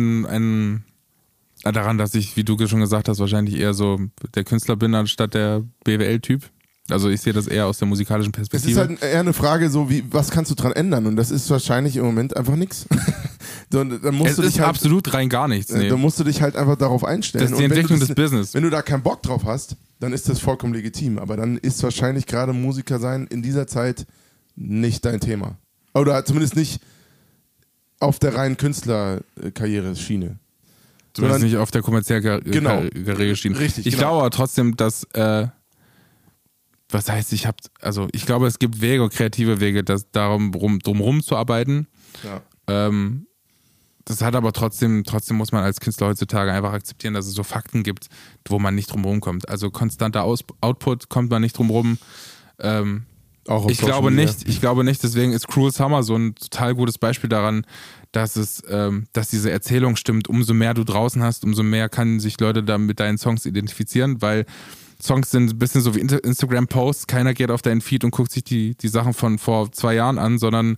daran, dass ich, wie du schon gesagt hast, wahrscheinlich eher so der Künstler bin, anstatt der BWL-Typ. Also ich sehe das eher aus der musikalischen Perspektive. Es ist halt eher eine Frage so, was kannst du dran ändern? Und das ist wahrscheinlich im Moment einfach nichts. Es ist absolut rein gar nichts. Nee. Dann musst du dich halt einfach darauf einstellen. Das ist die Entwicklung des Business. Wenn du da keinen Bock drauf hast, dann ist das vollkommen legitim. Aber dann ist wahrscheinlich gerade Musiker sein in dieser Zeit nicht dein Thema. Oder zumindest nicht auf der reinen Künstlerkarriere-Schiene. Zumindest nicht auf der kommerziellen Karriere-Schiene. Richtig, ich glaube aber trotzdem, dass was heißt, ich glaube, es gibt Wege, kreative Wege, drumherum zu arbeiten. Ja. Das hat aber trotzdem muss man als Künstler heutzutage einfach akzeptieren, dass es so Fakten gibt, wo man nicht drumherum kommt. Also konstanter Output kommt man nicht drumherum. Auch ich glaube nicht, deswegen ist Cruel Summer so ein total gutes Beispiel daran, dass diese Erzählung stimmt. Umso mehr du draußen hast, umso mehr können sich Leute da mit deinen Songs identifizieren, weil Songs sind ein bisschen so wie Instagram-Posts. Keiner geht auf deinen Feed und guckt sich die Sachen von vor 2 Jahren an, sondern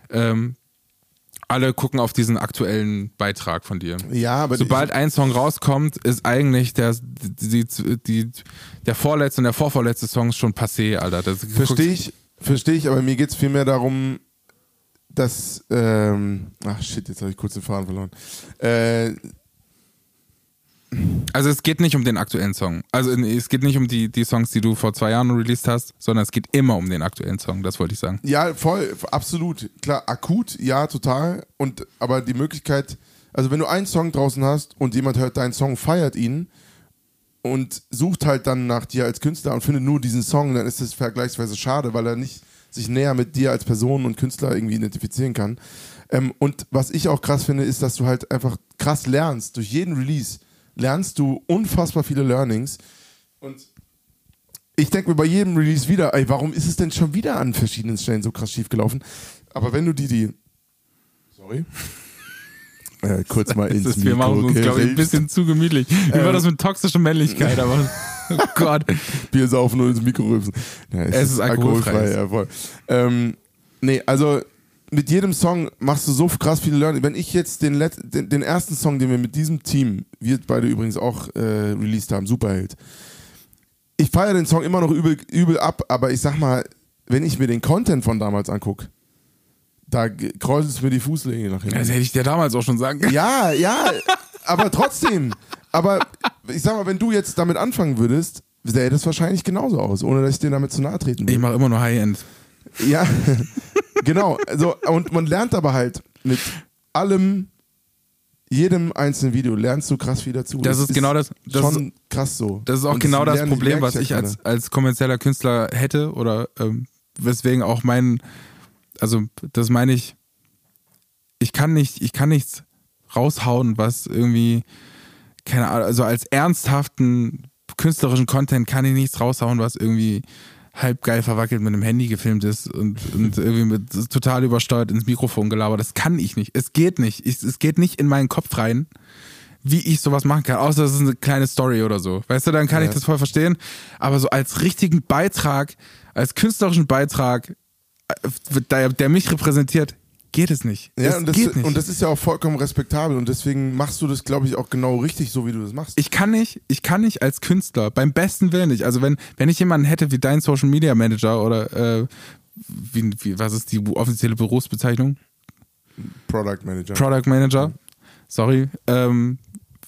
alle gucken auf diesen aktuellen Beitrag von dir. Ja, aber sobald ein Song rauskommt, ist eigentlich der vorletzte und der vorvorletzte Song schon passé, Alter. Verstehe ich, aber mir geht es vielmehr darum, dass jetzt habe ich kurz den Faden verloren. Also es geht nicht um den aktuellen Song. Also es geht nicht um die Songs, die du vor 2 Jahren released hast, sondern es geht immer um den aktuellen Song, das wollte ich sagen. Ja, voll, absolut. Klar, akut, ja, total. Aber die Möglichkeit, also wenn du einen Song draußen hast und jemand hört deinen Song, feiert ihn und sucht halt dann nach dir als Künstler und findet nur diesen Song, dann ist das vergleichsweise schade, weil er nicht sich näher mit dir als Person und Künstler irgendwie identifizieren kann. Und was ich auch krass finde, ist, dass du halt einfach krass lernst. Durch jeden Release lernst du unfassbar viele Learnings. Und ich denke mir bei jedem Release wieder, ey, warum ist es denn schon wieder an verschiedenen Stellen so krass schief gelaufen? Aber wenn du sorry. Kurz mal ins Mikro. Wir machen uns, glaube ich, ein bisschen zu gemütlich. Wie war das mit toxischer Männlichkeit? Aber oh Gott. Bier saufen und ins Mikro rülpsen. Ja, es ist alkoholfrei. Ja, voll. Also mit jedem Song machst du so krass viele Learning. Wenn ich jetzt den ersten Song, den wir mit diesem Team, wir beide übrigens auch released haben, Superheld, ich feiere den Song immer noch übel ab, aber ich sag mal, wenn ich mir den Content von damals angucke, da kräuselt es mir die Fußnägel nach hinten. Das hätte ich dir damals auch schon sagen können. Ja, aber trotzdem. Aber ich sag mal, wenn du jetzt damit anfangen würdest, sähe das wahrscheinlich genauso aus, ohne dass ich dir damit zu nahe treten will. Ich mache immer nur High-End. Ja, genau. Also, und man lernt aber halt mit jedem einzelnen Video lernst du krass viel dazu. Das ist genau das. Schon krass so. Das ist auch genau das Problem, was ich als kommerzieller Künstler hätte oder weswegen auch das meine ich, ich kann nichts raushauen, was irgendwie, keine Ahnung, also als ernsthaften künstlerischen Content kann ich nichts raushauen, was irgendwie halb geil verwackelt mit einem Handy gefilmt ist und irgendwie total übersteuert ins Mikrofon gelabert. Das kann ich nicht. Es geht nicht. Es geht nicht in meinen Kopf rein, wie ich sowas machen kann. Außer es ist eine kleine Story oder so. Weißt du, dann kann ich das voll verstehen. Aber so als richtigen Beitrag, als künstlerischen Beitrag, der mich repräsentiert, geht es nicht. Ja, und das ist ja auch vollkommen respektabel und deswegen machst du das, glaube ich, auch genau richtig, so wie du das machst. Ich kann nicht als Künstler, beim besten Willen nicht. Also wenn ich jemanden hätte wie dein Social Media Manager oder was ist die offizielle Berufsbezeichnung? Product Manager. Sorry. Dem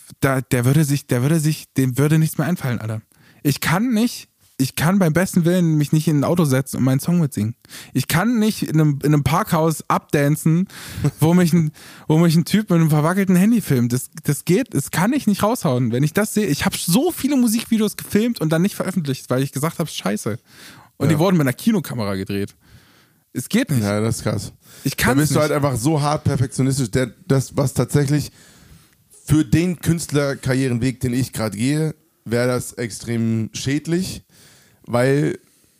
würde nichts mehr einfallen, Alter. Ich kann beim besten Willen mich nicht in ein Auto setzen und meinen Song mitsingen. Ich kann nicht in einem Parkhaus abdancen, wo mich ein Typ mit einem verwackelten Handy filmt. Das kann ich nicht raushauen. Wenn ich das sehe, ich habe so viele Musikvideos gefilmt und dann nicht veröffentlicht, weil ich gesagt habe, scheiße. Und die wurden mit einer Kinokamera gedreht. Es geht nicht. Ja, das ist krass. Ich kann Da bist du halt einfach so hart perfektionistisch, was tatsächlich für den Künstlerkarrierenweg, den ich gerade gehe, wäre das extrem schädlich, weil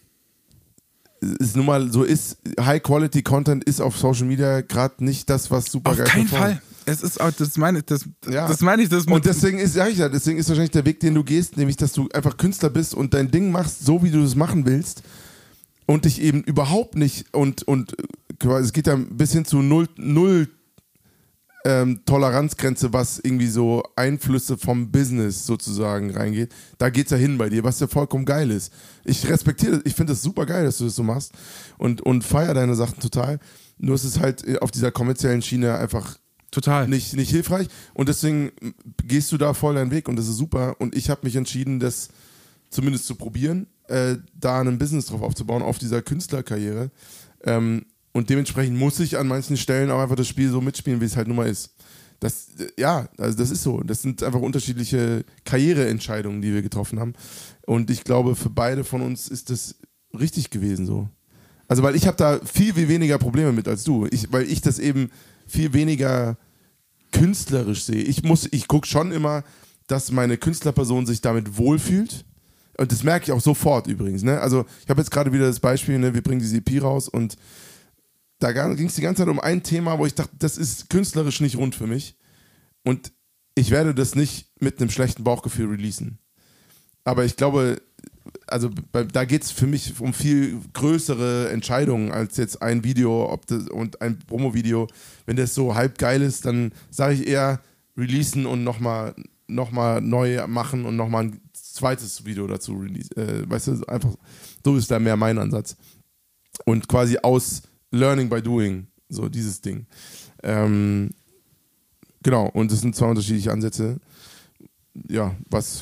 es nun mal so ist, High-Quality-Content ist auf Social Media gerade nicht das, was super geil ist. Auf keinen Fall. Es ist auch, das meine ich. Und deswegen ist wahrscheinlich der Weg, den du gehst, nämlich, dass du einfach Künstler bist und dein Ding machst, so wie du es machen willst und dich eben überhaupt nicht und es geht ja bis hin zu null Toleranzgrenze, was irgendwie so Einflüsse vom Business sozusagen reingeht. Da geht's ja hin bei dir, was ja vollkommen geil ist. Ich respektiere das, ich finde das super geil, dass du das so machst und feiere deine Sachen total. Nur ist es halt auf dieser kommerziellen Schiene einfach total nicht hilfreich und deswegen gehst du da voll deinen Weg und das ist super und ich habe mich entschieden, das zumindest zu probieren, da ein Business drauf aufzubauen, auf dieser Künstlerkarriere. Und dementsprechend muss ich an manchen Stellen auch einfach das Spiel so mitspielen, wie es halt nun mal ist. Das ist so. Das sind einfach unterschiedliche Karriereentscheidungen, die wir getroffen haben. Und ich glaube, für beide von uns ist das richtig gewesen so. Also, weil ich habe da viel weniger Probleme mit als du. Weil ich das eben viel weniger künstlerisch sehe. Ich gucke schon immer, dass meine Künstlerperson sich damit wohlfühlt. Und das merke ich auch sofort übrigens. Ne? Also, ich habe jetzt gerade wieder das Beispiel, ne? Wir bringen diese EP raus und da ging es die ganze Zeit um ein Thema, wo ich dachte, das ist künstlerisch nicht rund für mich. Und ich werde das nicht mit einem schlechten Bauchgefühl releasen. Aber ich glaube, also da geht es für mich um viel größere Entscheidungen als jetzt ein Video und ein Promo-Video. Wenn das so halb geil ist, dann sage ich eher releasen und nochmal neu machen und nochmal ein zweites Video dazu releasen. Weißt du, einfach so ist da mehr mein Ansatz. Und quasi aus Learning by Doing, so dieses Ding. Genau, und das sind zwei unterschiedliche Ansätze. Ja, was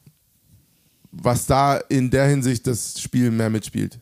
da in der Hinsicht das Spiel mehr mitspielt.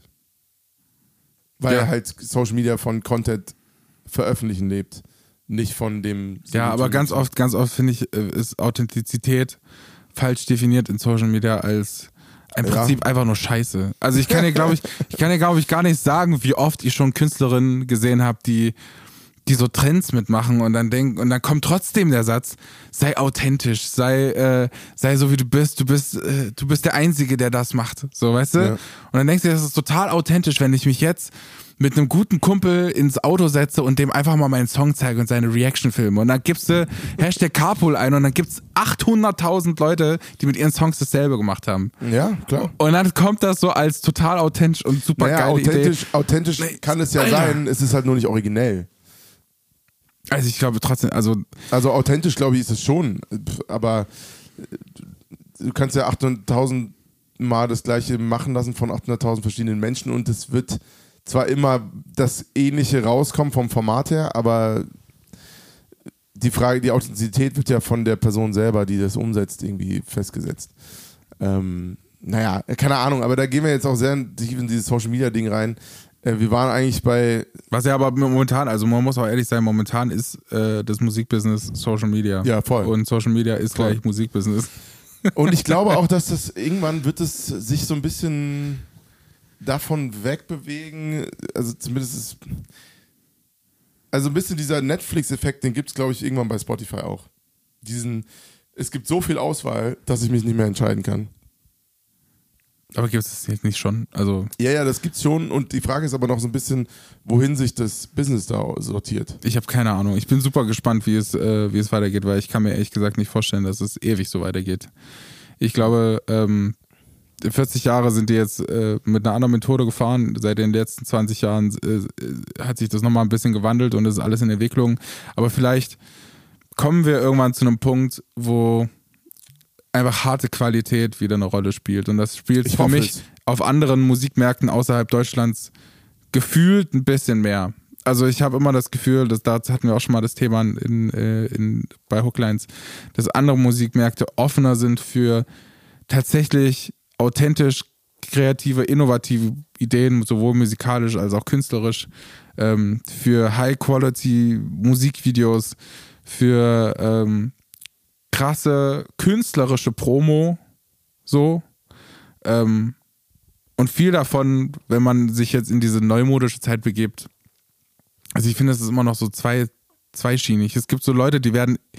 Weil halt Social Media von Content veröffentlichen lebt, nicht von dem... Ja, aber ganz oft finde ich, ist Authentizität falsch definiert in Social Media als im Prinzip einfach nur Scheiße. Also ich kann dir, glaube ich, gar nicht sagen, wie oft ich schon Künstlerinnen gesehen habe, die so Trends mitmachen und dann kommt trotzdem der Satz, sei authentisch, sei so wie du bist der Einzige, der das macht. So, weißt du? Ja. Und dann denkst du, das ist total authentisch, wenn ich mich jetzt mit einem guten Kumpel ins Auto setze und dem einfach mal meinen Song zeige und seine Reaction filme. Und dann gibst du Hashtag Carpool ein und dann gibt's 800.000 Leute, die mit ihren Songs dasselbe gemacht haben. Ja, klar. Und dann kommt das so als total authentisch und super geile Idee. Authentisch kann es ja sein, es ist halt nur nicht originell. Also ich glaube trotzdem, also authentisch glaube ich ist es schon, aber du kannst ja 800.000 Mal das Gleiche machen lassen von 800.000 verschiedenen Menschen und es wird zwar immer das Ähnliche rauskommen vom Format her, aber die Authentizität wird ja von der Person selber, die das umsetzt, irgendwie festgesetzt. Naja, keine Ahnung, aber da gehen wir jetzt auch sehr tief in dieses Social-Media-Ding rein. Wir waren eigentlich bei... Was ja aber momentan, also man muss auch ehrlich sein, momentan ist das Musikbusiness Social Media. Ja, voll. Und Social Media ist gleich Musikbusiness. Und ich glaube auch, dass das irgendwann wird es sich so ein bisschen davon wegbewegen, also zumindest also ein bisschen dieser Netflix-Effekt, den gibt es, glaube ich, irgendwann bei Spotify auch. Es gibt so viel Auswahl, dass ich mich nicht mehr entscheiden kann. Aber gibt es jetzt nicht schon? Also ja, das gibt's schon und die Frage ist aber noch so ein bisschen, wohin sich das Business da sortiert. Ich habe keine Ahnung. Ich bin super gespannt, wie es weitergeht, weil ich kann mir ehrlich gesagt nicht vorstellen, dass es ewig so weitergeht. Ich glaube, 40 Jahre sind die jetzt mit einer anderen Methode gefahren. Seit den letzten 20 Jahren hat sich das nochmal ein bisschen gewandelt und es ist alles in Entwicklung. Aber vielleicht kommen wir irgendwann zu einem Punkt, wo einfach harte Qualität wieder eine Rolle spielt. Und das spielt für mich auf anderen Musikmärkten außerhalb Deutschlands gefühlt ein bisschen mehr. Also ich habe immer das Gefühl, da hatten wir auch schon mal das Thema bei Hooklines, dass andere Musikmärkte offener sind für tatsächlich authentisch kreative, innovative Ideen, sowohl musikalisch als auch künstlerisch, für High-Quality-Musikvideos, für krasse künstlerische Promo, so. Und viel davon, wenn man sich jetzt in diese neumodische Zeit begibt, also ich finde, es ist immer noch so zweischienig. Es gibt so Leute, die werden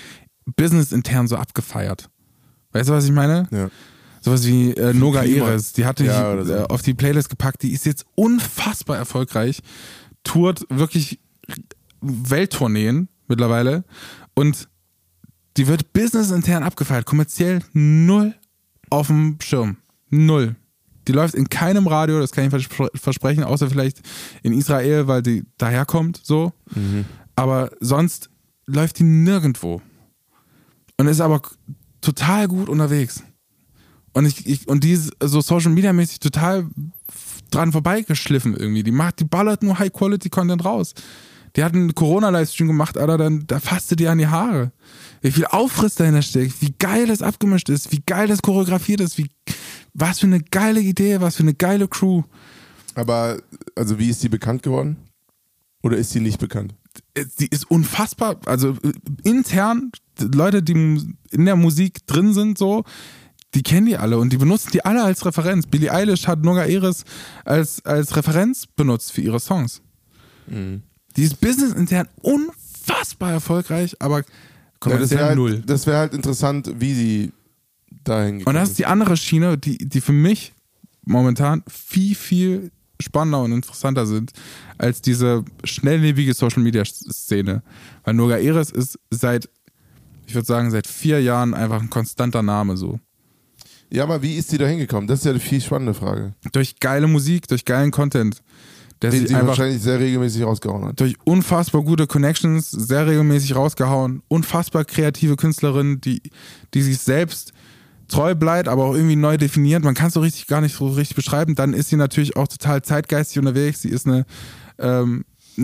businessintern so abgefeiert. Weißt du, was ich meine? Ja. Sowas wie Noga Eres, die hatte ich so. auf die Playlist gepackt, die ist jetzt unfassbar erfolgreich, tourt wirklich Welttourneen mittlerweile und die wird businessintern abgefeiert, kommerziell null auf dem Schirm. Null. Die läuft in keinem Radio, das kann ich versprechen, außer vielleicht in Israel, weil die daherkommt, so. Aber sonst läuft die nirgendwo. Und ist aber total gut unterwegs. Und die ist so Social Media mäßig total dran vorbeigeschliffen irgendwie. Die ballert nur High-Quality-Content raus. Die hat einen Corona-Livestream gemacht, Alter, da fasste die an die Haare. Wie viel Aufriss dahinter steckt, wie geil das abgemischt ist, wie geil das choreografiert ist, was für eine geile Idee, was für eine geile Crew. Aber, also wie ist die bekannt geworden? Oder ist sie nicht bekannt? Die ist unfassbar, also intern, Leute, die in der Musik drin sind, so, die kennen die alle und die benutzen die alle als Referenz. Billie Eilish hat Noga Eres als Referenz benutzt für ihre Songs. Die ist businessintern unfassbar erfolgreich, aber kommerziell null. Das wäre halt interessant, wie sie dahin gekommen Und das ist die andere Schiene, die für mich momentan viel spannender und interessanter sind als diese schnelllebige Social-Media-Szene. Weil Noga Eres ist seit 4 Jahren einfach ein konstanter Name so. Ja, aber wie ist sie da hingekommen? Das ist ja eine viel spannende Frage. Durch geile Musik, durch geilen Content. Der Den sie sie einfach wahrscheinlich sehr regelmäßig rausgehauen hat. durch unfassbar gute Connections, sehr regelmäßig rausgehauen, unfassbar kreative Künstlerin, die sich selbst treu bleibt, aber auch irgendwie neu definiert. Man kann es so richtig gar nicht so richtig beschreiben. Dann ist sie natürlich auch total zeitgeistig unterwegs. Sie ist eine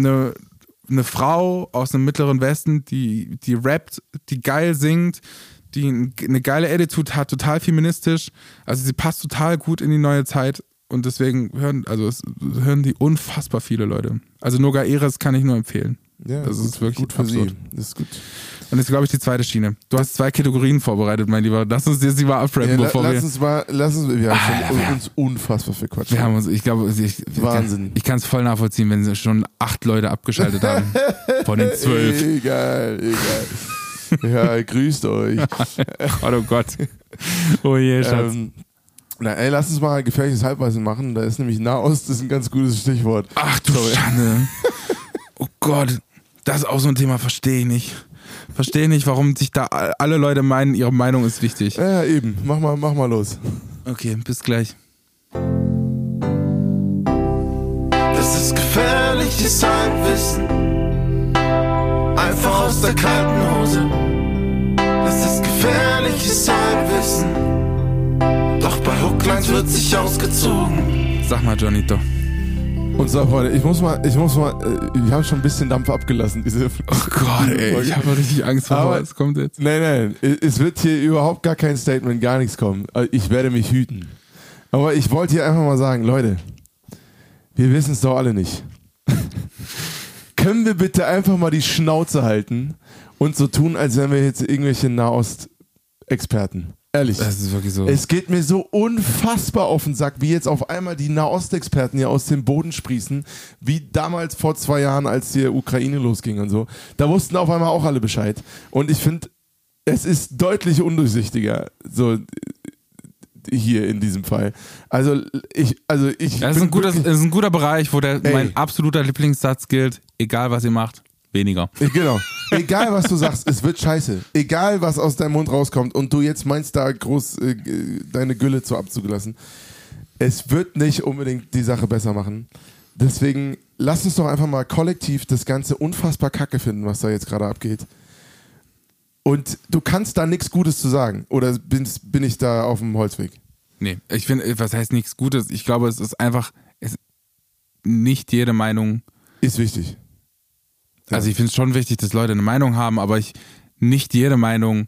Frau aus dem Mittleren Westen, die rappt, die geil singt, die eine geile Attitude hat, total feministisch. Also sie passt total gut in die neue Zeit und deswegen hören die unfassbar viele Leute. Also Noga Eres kann ich nur empfehlen. Ja, das ist wirklich gut für absurd. sie. Das ist gut. Und das ist, glaube ich, die zweite Schiene. Du hast 2 Kategorien vorbereitet, mein Lieber. Lass uns jetzt die mal abrappen, bevor wir... Wir haben uns unfassbar verquatscht. Wir haben uns, ich glaube, Wahnsinn. Ich kann es voll nachvollziehen, wenn sie schon 8 Leute abgeschaltet haben. Von den 12. Egal. Ja, grüßt euch. Oh Gott. Oh je, Schatz. Lass uns mal gefährliches Halbwissen machen. Da ist nämlich Nahost, das ist ein ganz gutes Stichwort. Ach du Schande. Oh Gott. Das ist auch so ein Thema, verstehe ich nicht. Verstehe nicht, warum sich da alle Leute meinen, ihre Meinung ist wichtig. Ja, eben. Mach mal los. Okay, bis gleich. Das ist gefährliches Halbwissen. Einfach aus der kalten Hose. Das ist gefährliches Halbwissen. Doch bei Hooklines wird sich ausgezogen. Sag mal, Johnito. Und so, Freunde, ich muss mal, wir haben schon ein bisschen Dampf abgelassen. Oh Gott, ey, ich habe richtig Angst vor, was kommt jetzt. Nein, es wird hier überhaupt gar kein Statement, gar nichts kommen. Ich werde mich hüten. Aber ich wollte hier einfach mal sagen, Leute, wir wissen es doch alle nicht. Können wir bitte einfach mal die Schnauze halten und so tun, als wären wir jetzt irgendwelche Nahost-Experten? Ehrlich. Das ist wirklich so. Es geht mir so unfassbar auf den Sack, wie jetzt auf einmal die Nahostexperten hier aus dem Boden sprießen, wie damals vor 2 Jahren, als die Ukraine losging und so. Da wussten auf einmal auch alle Bescheid. Und ich finde, es ist deutlich undurchsichtiger, so hier in diesem Fall. Das ist ein guter Bereich, wo mein absoluter Lieblingssatz gilt, egal was ihr macht, weniger. Genau. Egal, was du sagst, es wird scheiße. Egal, was aus deinem Mund rauskommt und du jetzt meinst, da groß deine Gülle zu abzulassen. Es wird nicht unbedingt die Sache besser machen. Deswegen lass uns doch einfach mal kollektiv das Ganze unfassbar kacke finden, was da jetzt gerade abgeht. Und du kannst da nichts Gutes zu sagen. Oder bin ich da auf dem Holzweg? Nee, ich finde, was heißt nichts Gutes? Ich glaube, es ist einfach, nicht jede Meinung ist wichtig. Also ich finde es schon wichtig, dass Leute eine Meinung haben, aber nicht jede Meinung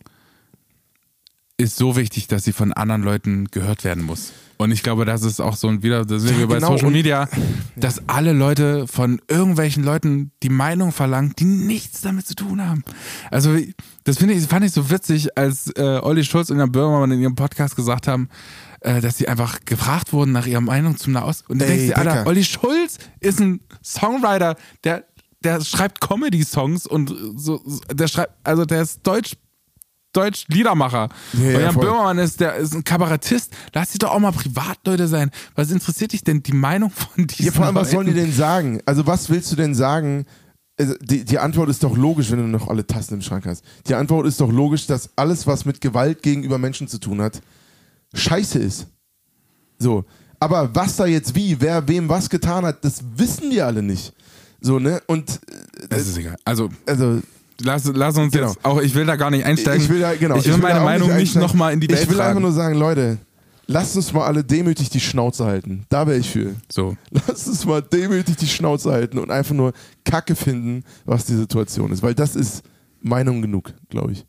ist so wichtig, dass sie von anderen Leuten gehört werden muss. Und ich glaube, das ist auch so da sind wir bei Social Media, dass alle Leute von irgendwelchen Leuten die Meinung verlangen, die nichts damit zu tun haben. Also das fand ich so witzig, als Olli Schulz und Jan Böhmermann in ihrem Podcast gesagt haben, dass sie einfach gefragt wurden nach ihrer Meinung zum Nahost. Und du denkst dir, Alter, Olli Schulz ist ein Songwriter, der schreibt Comedy-Songs und so, der ist Deutsch-Liedermacher. Ja, und Jan voll. Böhmermann ist ein Kabarettist. Lass die doch auch mal Privatleute sein. Was interessiert dich denn die Meinung von diesen Ja, vor allem, was sollen die Leuten? denn sagen? Also was willst du denn sagen? Also, die Antwort ist doch logisch, wenn du noch alle Tassen im Schrank hast. Die Antwort ist doch logisch, dass alles, was mit Gewalt gegenüber Menschen zu tun hat, scheiße ist. So. Aber was da jetzt wie, wer wem was getan hat, das wissen die alle nicht. So, ne? Und Das ist egal. Also lass uns Genau. jetzt auch, ich will da gar nicht einsteigen. Ich will meine da auch Meinung nicht einsteigen. nochmal in die Welt Ich will einfach tragen. nur sagen, Leute, lasst uns mal alle demütig die Schnauze halten. Da wäre ich für. So. Lasst uns mal demütig die Schnauze halten und einfach nur Kacke finden, was die Situation ist. Weil das ist Meinung genug, glaube ich.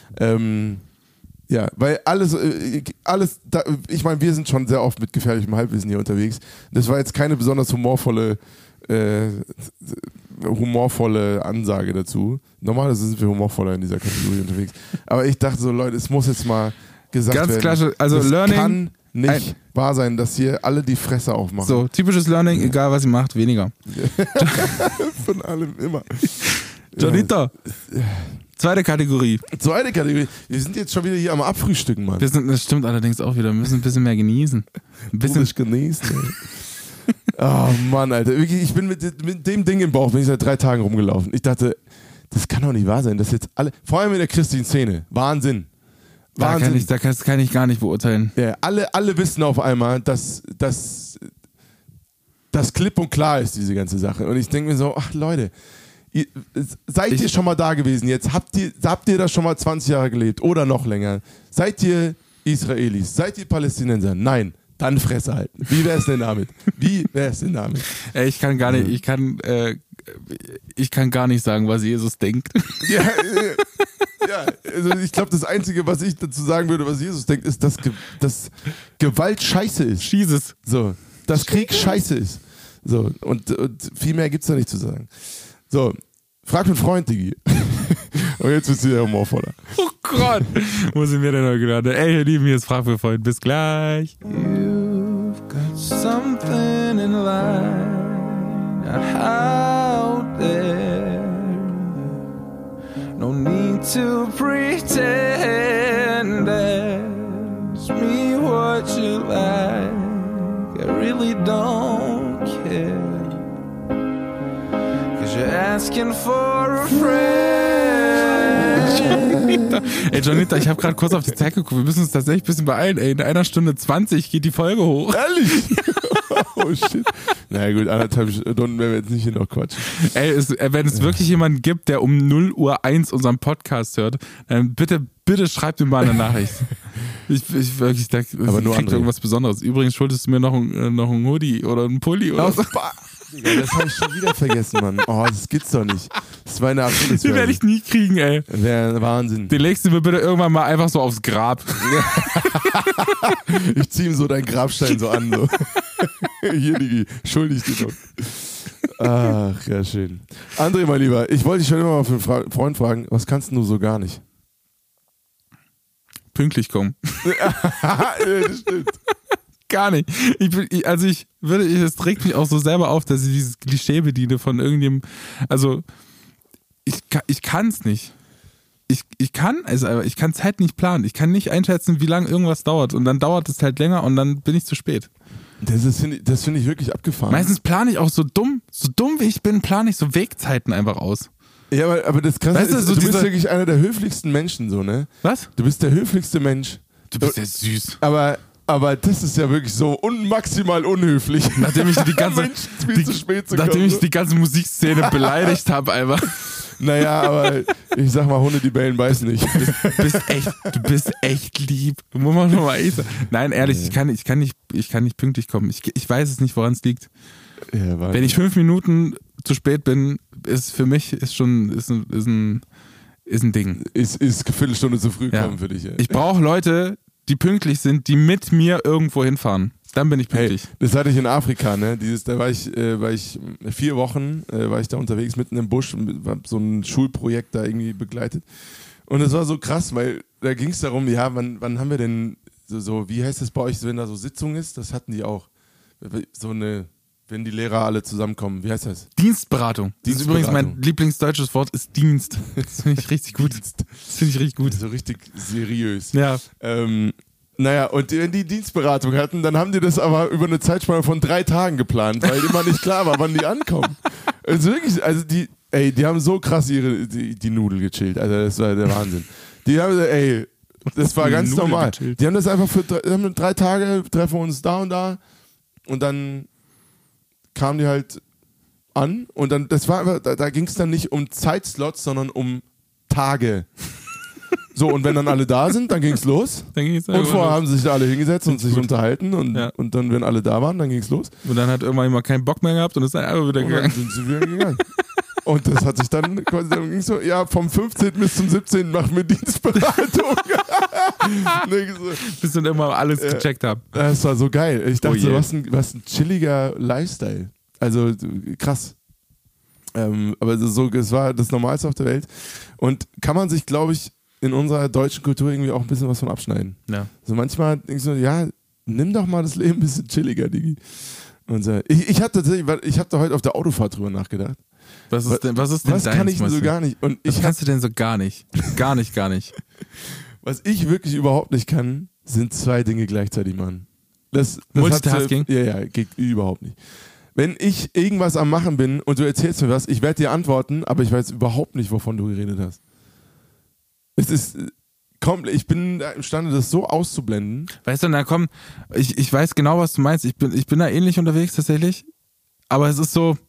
Ja, weil alles da, ich meine, wir sind schon sehr oft mit gefährlichem Halbwissen hier unterwegs. Das war jetzt keine besonders humorvolle Ansage dazu. Normalerweise sind wir humorvoller in dieser Kategorie unterwegs. Aber ich dachte so, Leute, es muss jetzt mal gesagt Ganz werden. klar, also es Learning. kann nicht wahr sein, dass hier alle die Fresse aufmachen. So, typisches Learning, egal was ihr macht, weniger. Von allem immer. Janita. Zweite Kategorie. Zweite Kategorie. Wir sind jetzt schon wieder hier am Abfrühstücken, Mann. Das stimmt allerdings auch wieder. Wir müssen ein bisschen mehr genießen. Ein bisschen. Bisschen genießen, ey. Oh Mann, Alter. Wirklich, ich bin mit dem Ding im Bauch, bin ich seit 3 Tagen rumgelaufen. Ich dachte, das kann doch nicht wahr sein, dass jetzt alle, vor allem in der christlichen Szene, Wahnsinn. Das kann ich gar nicht beurteilen. Ja, alle wissen auf einmal, dass das klipp und klar ist, diese ganze Sache. Und ich denke mir so, ach Leute, seid ihr schon mal da gewesen jetzt? Habt ihr da schon mal 20 Jahre gelebt oder noch länger? Seid ihr Israelis? Seid ihr Palästinenser? Nein. Dann Fresse halten. Wie wär's denn damit? Ey, ich kann gar nicht sagen, was Jesus denkt. Ja, also ich glaube, das Einzige, was ich dazu sagen würde, was Jesus denkt, ist, dass Gewalt scheiße ist. Jesus. So, dass Krieg scheiße ist. So, und viel mehr gibt's da nicht zu sagen. So, frag einen Freund, Digi. Und jetzt wird's wieder humorvoller. Oh Gott. Wo sind wir denn heute gerade? Ey, ihr Lieben, hier ist Frag für Freund. Bis gleich. You've got something in line out there. No need to pretend. Ask me what you like. I really don't care. You're asking for a friend. Ey, Janita, ich habe gerade kurz auf die Zeit geguckt. Wir müssen uns tatsächlich ein bisschen beeilen. Ey, in 1 Stunde 20 geht die Folge hoch. Ehrlich? Oh shit. Na gut, 1,5 Stunden werden wir jetzt nicht hier noch quatschen. Ey, wenn es wirklich jemanden gibt, der um 0:01 Uhr unseren Podcast hört, dann bitte schreibt mir mal eine Nachricht. Ich wirklich, Aber nur André. irgendwas Besonderes. Übrigens schuldest du mir noch ein Hoodie oder ein Pulli oder so. Digga, das habe ich schon wieder vergessen, Mann. Oh, das gibt's doch nicht. Das war eine Achillesferse. Die werde ich nie kriegen, ey. Wäre Wahnsinn. Den legst du mir bitte irgendwann mal einfach so aufs Grab. Ich zieh ihm so deinen Grabstein so an. So. Hier, Digi, schuldig dir doch. Ach, ja, schön. André, mein Lieber, ich wollte dich schon immer mal für einen Freund fragen, was kannst du so gar nicht? Pünktlich kommen. Das stimmt. Gar nicht. Es regt mich auch so selber auf, dass ich dieses Klischee bediene von irgendjemandem. Also, ich kann es nicht. Ich kann Zeit nicht planen. Ich kann nicht einschätzen, wie lange irgendwas dauert. Und dann dauert es halt länger und dann bin ich zu spät. Das finde ich wirklich abgefahren. Meistens plane ich auch so dumm wie ich bin, plane ich so Wegzeiten einfach aus. Ja, aber das Krasse Weißt du, ist, so du bist dieser- wirklich einer der höflichsten Menschen, so, ne? Was? Du bist der höflichste Mensch. Du bist ja süß. Aber das ist ja wirklich so maximal unhöflich. Nachdem ich die ganze, Menschen viel zu spät zu nachdem kommen, ich so. die ganze Musikszene beleidigt habe, einfach. Naja, aber ich sag mal, Hunde, die bellen, beißen nicht. Du bist echt lieb. Muss man schon mal echt sagen. Nein, ehrlich, ich kann nicht pünktlich kommen. Ich weiß es nicht, woran es liegt. Ja, Wenn ich 5 Minuten zu spät bin, ist für mich ein Ding. ist eine Viertelstunde zu früh Ja. kommen für dich. Ja. Ich brauche Leute, die pünktlich sind, die mit mir irgendwo hinfahren. Dann bin ich pünktlich. Das hatte ich in Afrika, ne? Da war ich 4 Wochen war ich da unterwegs mitten im Busch und hab so ein Schulprojekt da irgendwie begleitet. Und es war so krass, weil da ging es darum, ja, wann haben wir denn so, wie heißt das bei euch, wenn da so Sitzung ist? Das hatten die auch. So eine Wenn die Lehrer alle zusammenkommen. Wie heißt das? Dienstberatung. Das ist übrigens mein Lieblingsdeutsches Wort, ist Dienst. Das finde ich richtig gut. Das finde ich richtig gut. So richtig seriös. Ja. Naja, und wenn die Dienstberatung hatten, dann haben die das aber über eine Zeitspanne von 3 Tagen geplant, weil immer nicht klar war, wann die ankommen. Also wirklich, also die haben so krass die Nudel gechillt. Also das war der Wahnsinn. Die haben gesagt, das war ganz normal. Gechillt. Die haben das einfach für 3 Tage, treffen wir uns da und dann kamen die halt an und dann, das war einfach, da ging es dann nicht um Zeitslots, sondern um Tage. So, und wenn dann alle da sind, dann ging es los. Und vorher haben sich alle hingesetzt und sich unterhalten und dann, wenn alle da waren, dann ging es los. Und dann hat irgendwann jemand keinen Bock mehr gehabt und ist dann einfach wieder gegangen. Und dann sind sie wieder gegangen. Und das hat sich dann quasi, dann ging so, ja, vom 15. bis zum 17. machen wir Dienstberatung. Bis dann immer alles gecheckt haben. Das war so geil. Ich dachte so, was ein chilliger Lifestyle. Also krass. Aber es war das Normalste auf der Welt. Und kann man sich, glaube ich, in unserer deutschen Kultur irgendwie auch ein bisschen was von abschneiden. Ja. So manchmal denke ich so, ja, nimm doch mal das Leben ein bisschen chilliger, Digi. Und so, ich habe da heute auf der Autofahrt drüber nachgedacht. Was ist denn was kann ich denn so gar nicht? Und was kannst du denn so gar nicht? Gar nicht. Was ich wirklich überhaupt nicht kann, sind 2 Dinge gleichzeitig machen. Das Multitasking? Ja, geht überhaupt nicht. Wenn ich irgendwas am Machen bin und du erzählst mir was, ich werde dir antworten, aber ich weiß überhaupt nicht, wovon du geredet hast. Es ist komplett, ich bin imstande, das so auszublenden. Weißt du, ich weiß genau, was du meinst. Ich bin da ähnlich unterwegs tatsächlich, aber es ist so,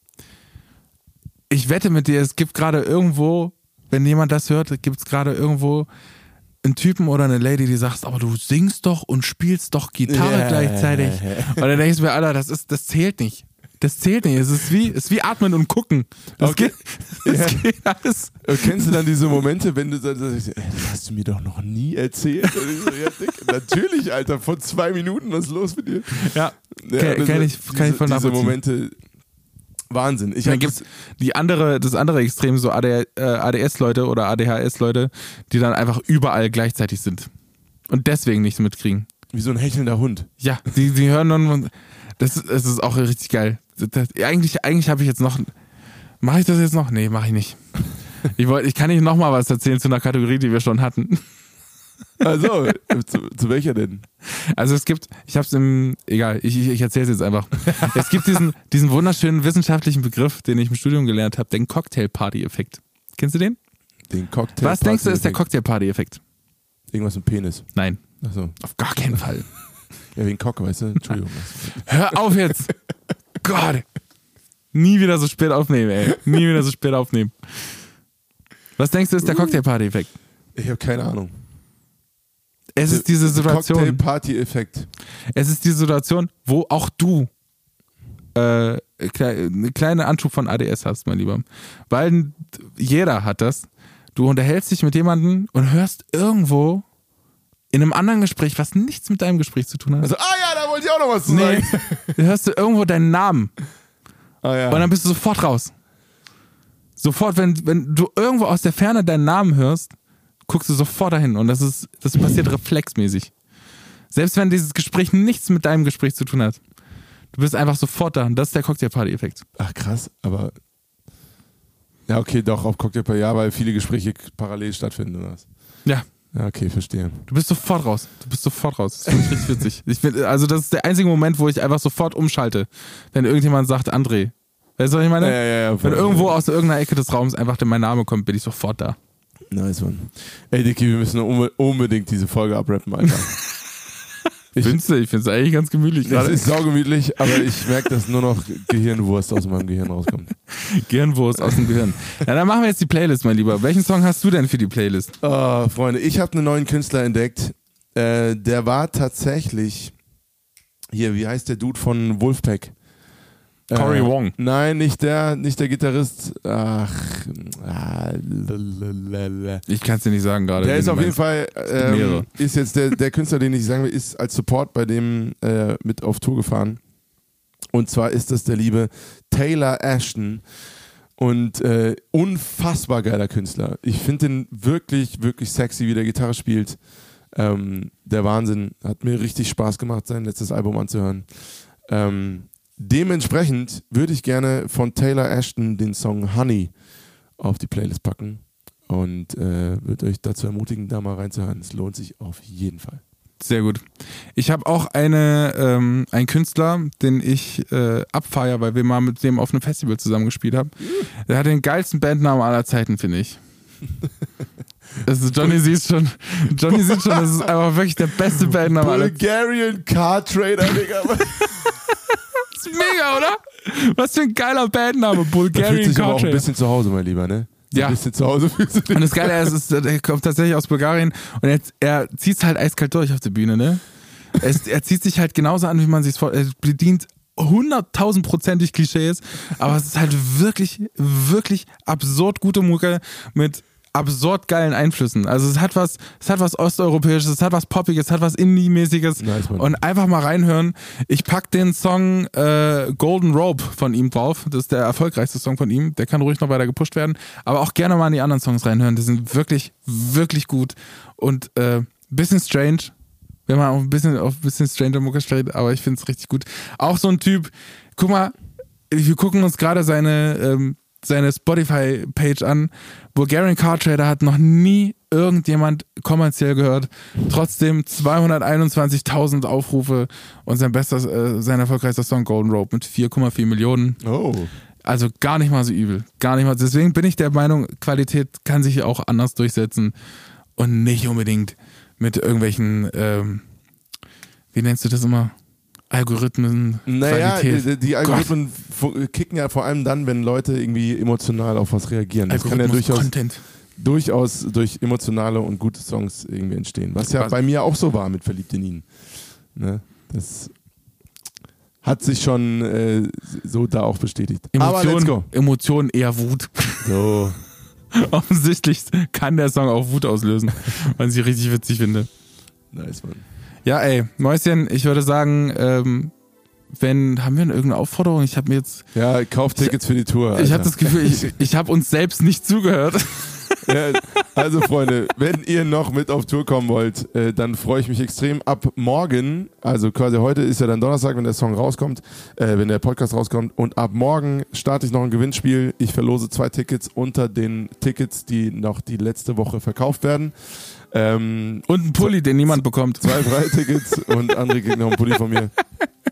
ich wette mit dir, es gibt gerade irgendwo, wenn jemand das hört, gibt es gerade irgendwo einen Typen oder eine Lady, die sagt, aber du singst doch und spielst doch Gitarre gleichzeitig. Und dann denkst du mir, Alter, das zählt nicht. Das zählt nicht. Es ist wie Atmen und Gucken. Das geht alles. Und kennst du dann diese Momente, wenn du sagst, das hast du mir doch noch nie erzählt? Und ich so, ja, Dick, natürlich, Alter, vor 2 Minuten, was ist los mit dir? Ja, kann ich voll nachvollziehen. Diese Momente, Wahnsinn. Dann gibt es das andere Extrem, so ADS-Leute oder ADHS-Leute, die dann einfach überall gleichzeitig sind und deswegen nichts mitkriegen. Wie so ein hechelnder Hund. Ja, die hören dann, das ist auch richtig geil. Eigentlich habe ich jetzt noch, mache ich das jetzt noch? Nee, mache ich nicht. Ich kann nicht nochmal was erzählen zu einer Kategorie, die wir schon hatten. Also, zu welcher denn? Also ich erzähle es jetzt einfach. Es gibt diesen wunderschönen wissenschaftlichen Begriff, den ich im Studium gelernt habe, den Cocktail-Party-Effekt. Kennst du den? Den Cocktail-Party-Effekt. Was denkst du, ist der Cocktail-Party-Effekt? Irgendwas mit Penis. Nein. Ach so. Auf gar keinen Fall. Ja, wegen Cock, weißt du? Entschuldigung. Hör auf jetzt! Gott! Nie wieder so spät aufnehmen, ey. Nie wieder so spät aufnehmen. Was denkst du, ist der Cocktail-Party-Effekt? Ich habe keine Ahnung. Es ist diese Situation. Cocktail-Party-Effekt. Es ist diese Situation, wo auch du eine kleine Anschub von ADS hast, mein Lieber. Weil jeder hat das. Du unterhältst dich mit jemandem und hörst irgendwo in einem anderen Gespräch, was nichts mit deinem Gespräch zu tun hat. Also, da wollte ich auch noch was zu sagen. Du hörst du irgendwo deinen Namen. Ja. Und dann bist du sofort raus. Sofort, wenn du irgendwo aus der Ferne deinen Namen hörst, guckst du sofort dahin. Und das passiert reflexmäßig. Selbst wenn dieses Gespräch nichts mit deinem Gespräch zu tun hat. Du bist einfach sofort da. Und das ist der Cocktail-Party-Effekt. Ach krass, aber ja, okay, doch, auf Cocktail-Party, ja, weil viele Gespräche parallel stattfinden oder was? Ja. Ja, okay, verstehe. Du bist sofort raus. Das finde ich richtig witzig. Also das ist der einzige Moment, wo ich einfach sofort umschalte. Wenn irgendjemand sagt, André. Weißt du, was ich meine? Ja, wenn irgendwo aus irgendeiner Ecke des Raums einfach mein Name kommt, bin ich sofort da. Nice, Mann. Ey, Dicky, wir müssen unbedingt diese Folge abrappen, Alter. Findest du? Ich finde es eigentlich ganz gemütlich gerade. Es ist saugemütlich, aber ich merke, dass nur noch Gehirnwurst aus meinem Gehirn rauskommt. Gehirnwurst aus dem Gehirn. Ja, dann machen wir jetzt die Playlist, mein Lieber. Welchen Song hast du denn für die Playlist? Oh, Freunde, ich habe einen neuen Künstler entdeckt. Der war tatsächlich hier, wie heißt der Dude von Wolfpack? Cory Wong. Nein, nicht der Gitarrist. Ich kann es dir nicht sagen gerade. Der ist auf jeden Fall, ist jetzt der Künstler, den ich sagen will, ist als Support bei dem mit auf Tour gefahren. Und zwar ist das der liebe Taylor Ashton. Und unfassbar geiler Künstler. Ich finde den wirklich, wirklich sexy, wie der Gitarre spielt. Der Wahnsinn. Hat mir richtig Spaß gemacht, sein letztes Album anzuhören. Dementsprechend würde ich gerne von Taylor Ashton den Song Honey auf die Playlist packen und würde euch dazu ermutigen, da mal reinzuhören. Es lohnt sich auf jeden Fall. Sehr gut. Ich habe auch einen Künstler, den ich abfeiere, weil wir mal mit dem auf einem Festival zusammengespielt haben. Der hat den geilsten Bandnamen aller Zeiten, finde ich. Also Johnny sieht schon, das ist einfach wirklich der beste Bandname aller Zeiten. Bulgarian Car Trader, Digga. Das ist mega, oder? Was für ein geiler Bandname, Da fühlt Bulgarian sich aber Car auch ein Trader. bisschen zu Hause, mein Lieber, ne? Ja. Ein bisschen zu Hause fühlst du dich. Und das Geile ist, er kommt tatsächlich aus Bulgarien und er zieht es halt eiskalt durch auf der Bühne, ne? Er zieht sich halt genauso an, wie man sich vor. Er bedient 100.000%ig Klischees, aber es ist halt wirklich, wirklich absurd gute Mucke mit absurd geilen Einflüssen. Also es hat was Osteuropäisches, es hat was Poppiges, es hat was Indie-mäßiges. Nice, Mann. Und einfach mal reinhören. Ich pack den Song Golden Rope von ihm drauf. Das ist der erfolgreichste Song von ihm. Der kann ruhig noch weiter gepusht werden. Aber auch gerne mal in die anderen Songs reinhören. Die sind wirklich, wirklich gut. Und bisschen strange. Wenn man auf ein bisschen stranger Mucke steht, aber ich finde es richtig gut. Auch so ein Typ, guck mal, wir gucken uns gerade seine Spotify-Page an. Bulgarian Car Trader hat noch nie irgendjemand kommerziell gehört. Trotzdem 221.000 Aufrufe und sein erfolgreichster Song Golden Rope mit 4,4 Millionen. Oh. Also gar nicht mal so übel. Gar nicht mal. Deswegen bin ich der Meinung, Qualität kann sich auch anders durchsetzen und nicht unbedingt mit irgendwelchen, wie nennst du das immer? Algorithmen, Naja, Qualität. die Algorithmen kicken ja vor allem dann, wenn Leute irgendwie emotional auf was reagieren. Das kann ja durchaus durch emotionale und gute Songs irgendwie entstehen. Was ja bei mir auch so war mit Verliebt in ihn. Ne? Das hat sich schon so da auch bestätigt. Aber let's go. Emotionen eher Wut. So. Offensichtlich kann der Song auch Wut auslösen, was ich richtig witzig finde. Nice, Mann. Ja, ey, Mäuschen, ich würde sagen, haben wir irgendeine Aufforderung? Ich habe mir jetzt... Ja, Kauftickets für die Tour. Alter. Ich habe das Gefühl, ich habe uns selbst nicht zugehört. Ja, also Freunde, wenn ihr noch mit auf Tour kommen wollt, dann freue ich mich extrem. Ab morgen, also quasi heute ist ja dann Donnerstag, wenn der Song rauskommt, wenn der Podcast rauskommt, und ab morgen starte ich noch ein Gewinnspiel. Ich verlose 2 Tickets unter den Tickets, die noch die letzte Woche verkauft werden. Und ein Pulli, den niemand bekommt. 2 freie Tickets und André kriegt noch einen Pulli von mir.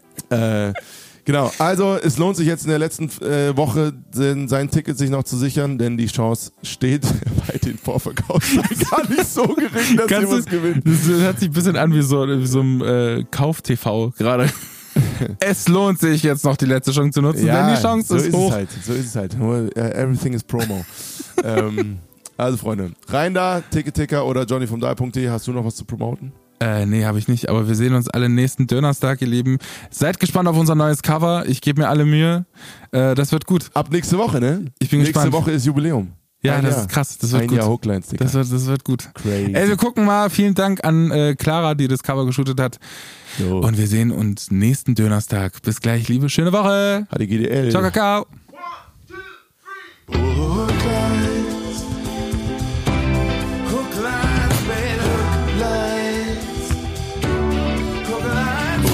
Genau, also es lohnt sich jetzt in der letzten Woche sein Ticket sich noch zu sichern, denn die Chance steht bei den Vorverkaufszahlen gar nicht so gering, dass ihr was gewinnt. Das hört sich ein bisschen an wie so ein Kauf-TV gerade. Es lohnt sich jetzt noch die letzte Chance zu nutzen, denn die Chance ist hoch. So ist es halt. Everything is Promo. Also Freunde, rein da, Ticketicker oder johnnyvomdial.de. Hast du noch was zu promoten? Nee, habe ich nicht, aber wir sehen uns alle nächsten Donnerstag, ihr Lieben. Seid gespannt auf unser neues Cover. Ich gebe mir alle Mühe. Das wird gut. Ab nächste Woche, ne? Ich bin gespannt. Nächste Woche ist Jubiläum. Ja, das ist krass. Das wird ein gut. Jahr Hooklines-Sticker. Das wird gut. Crazy. Ey, wir gucken mal. Vielen Dank an Clara, die das Cover geshootet hat. So. Und wir sehen uns nächsten Donnerstag. Bis gleich, liebe. Schöne Woche. HDGDL. Ciao, Kakao. 1, 2, 3. Hooklines, baby, hooklines. Hooklines,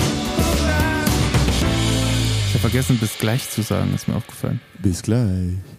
Ich habe vergessen, bis gleich zu sagen, ist mir aufgefallen. Bis gleich.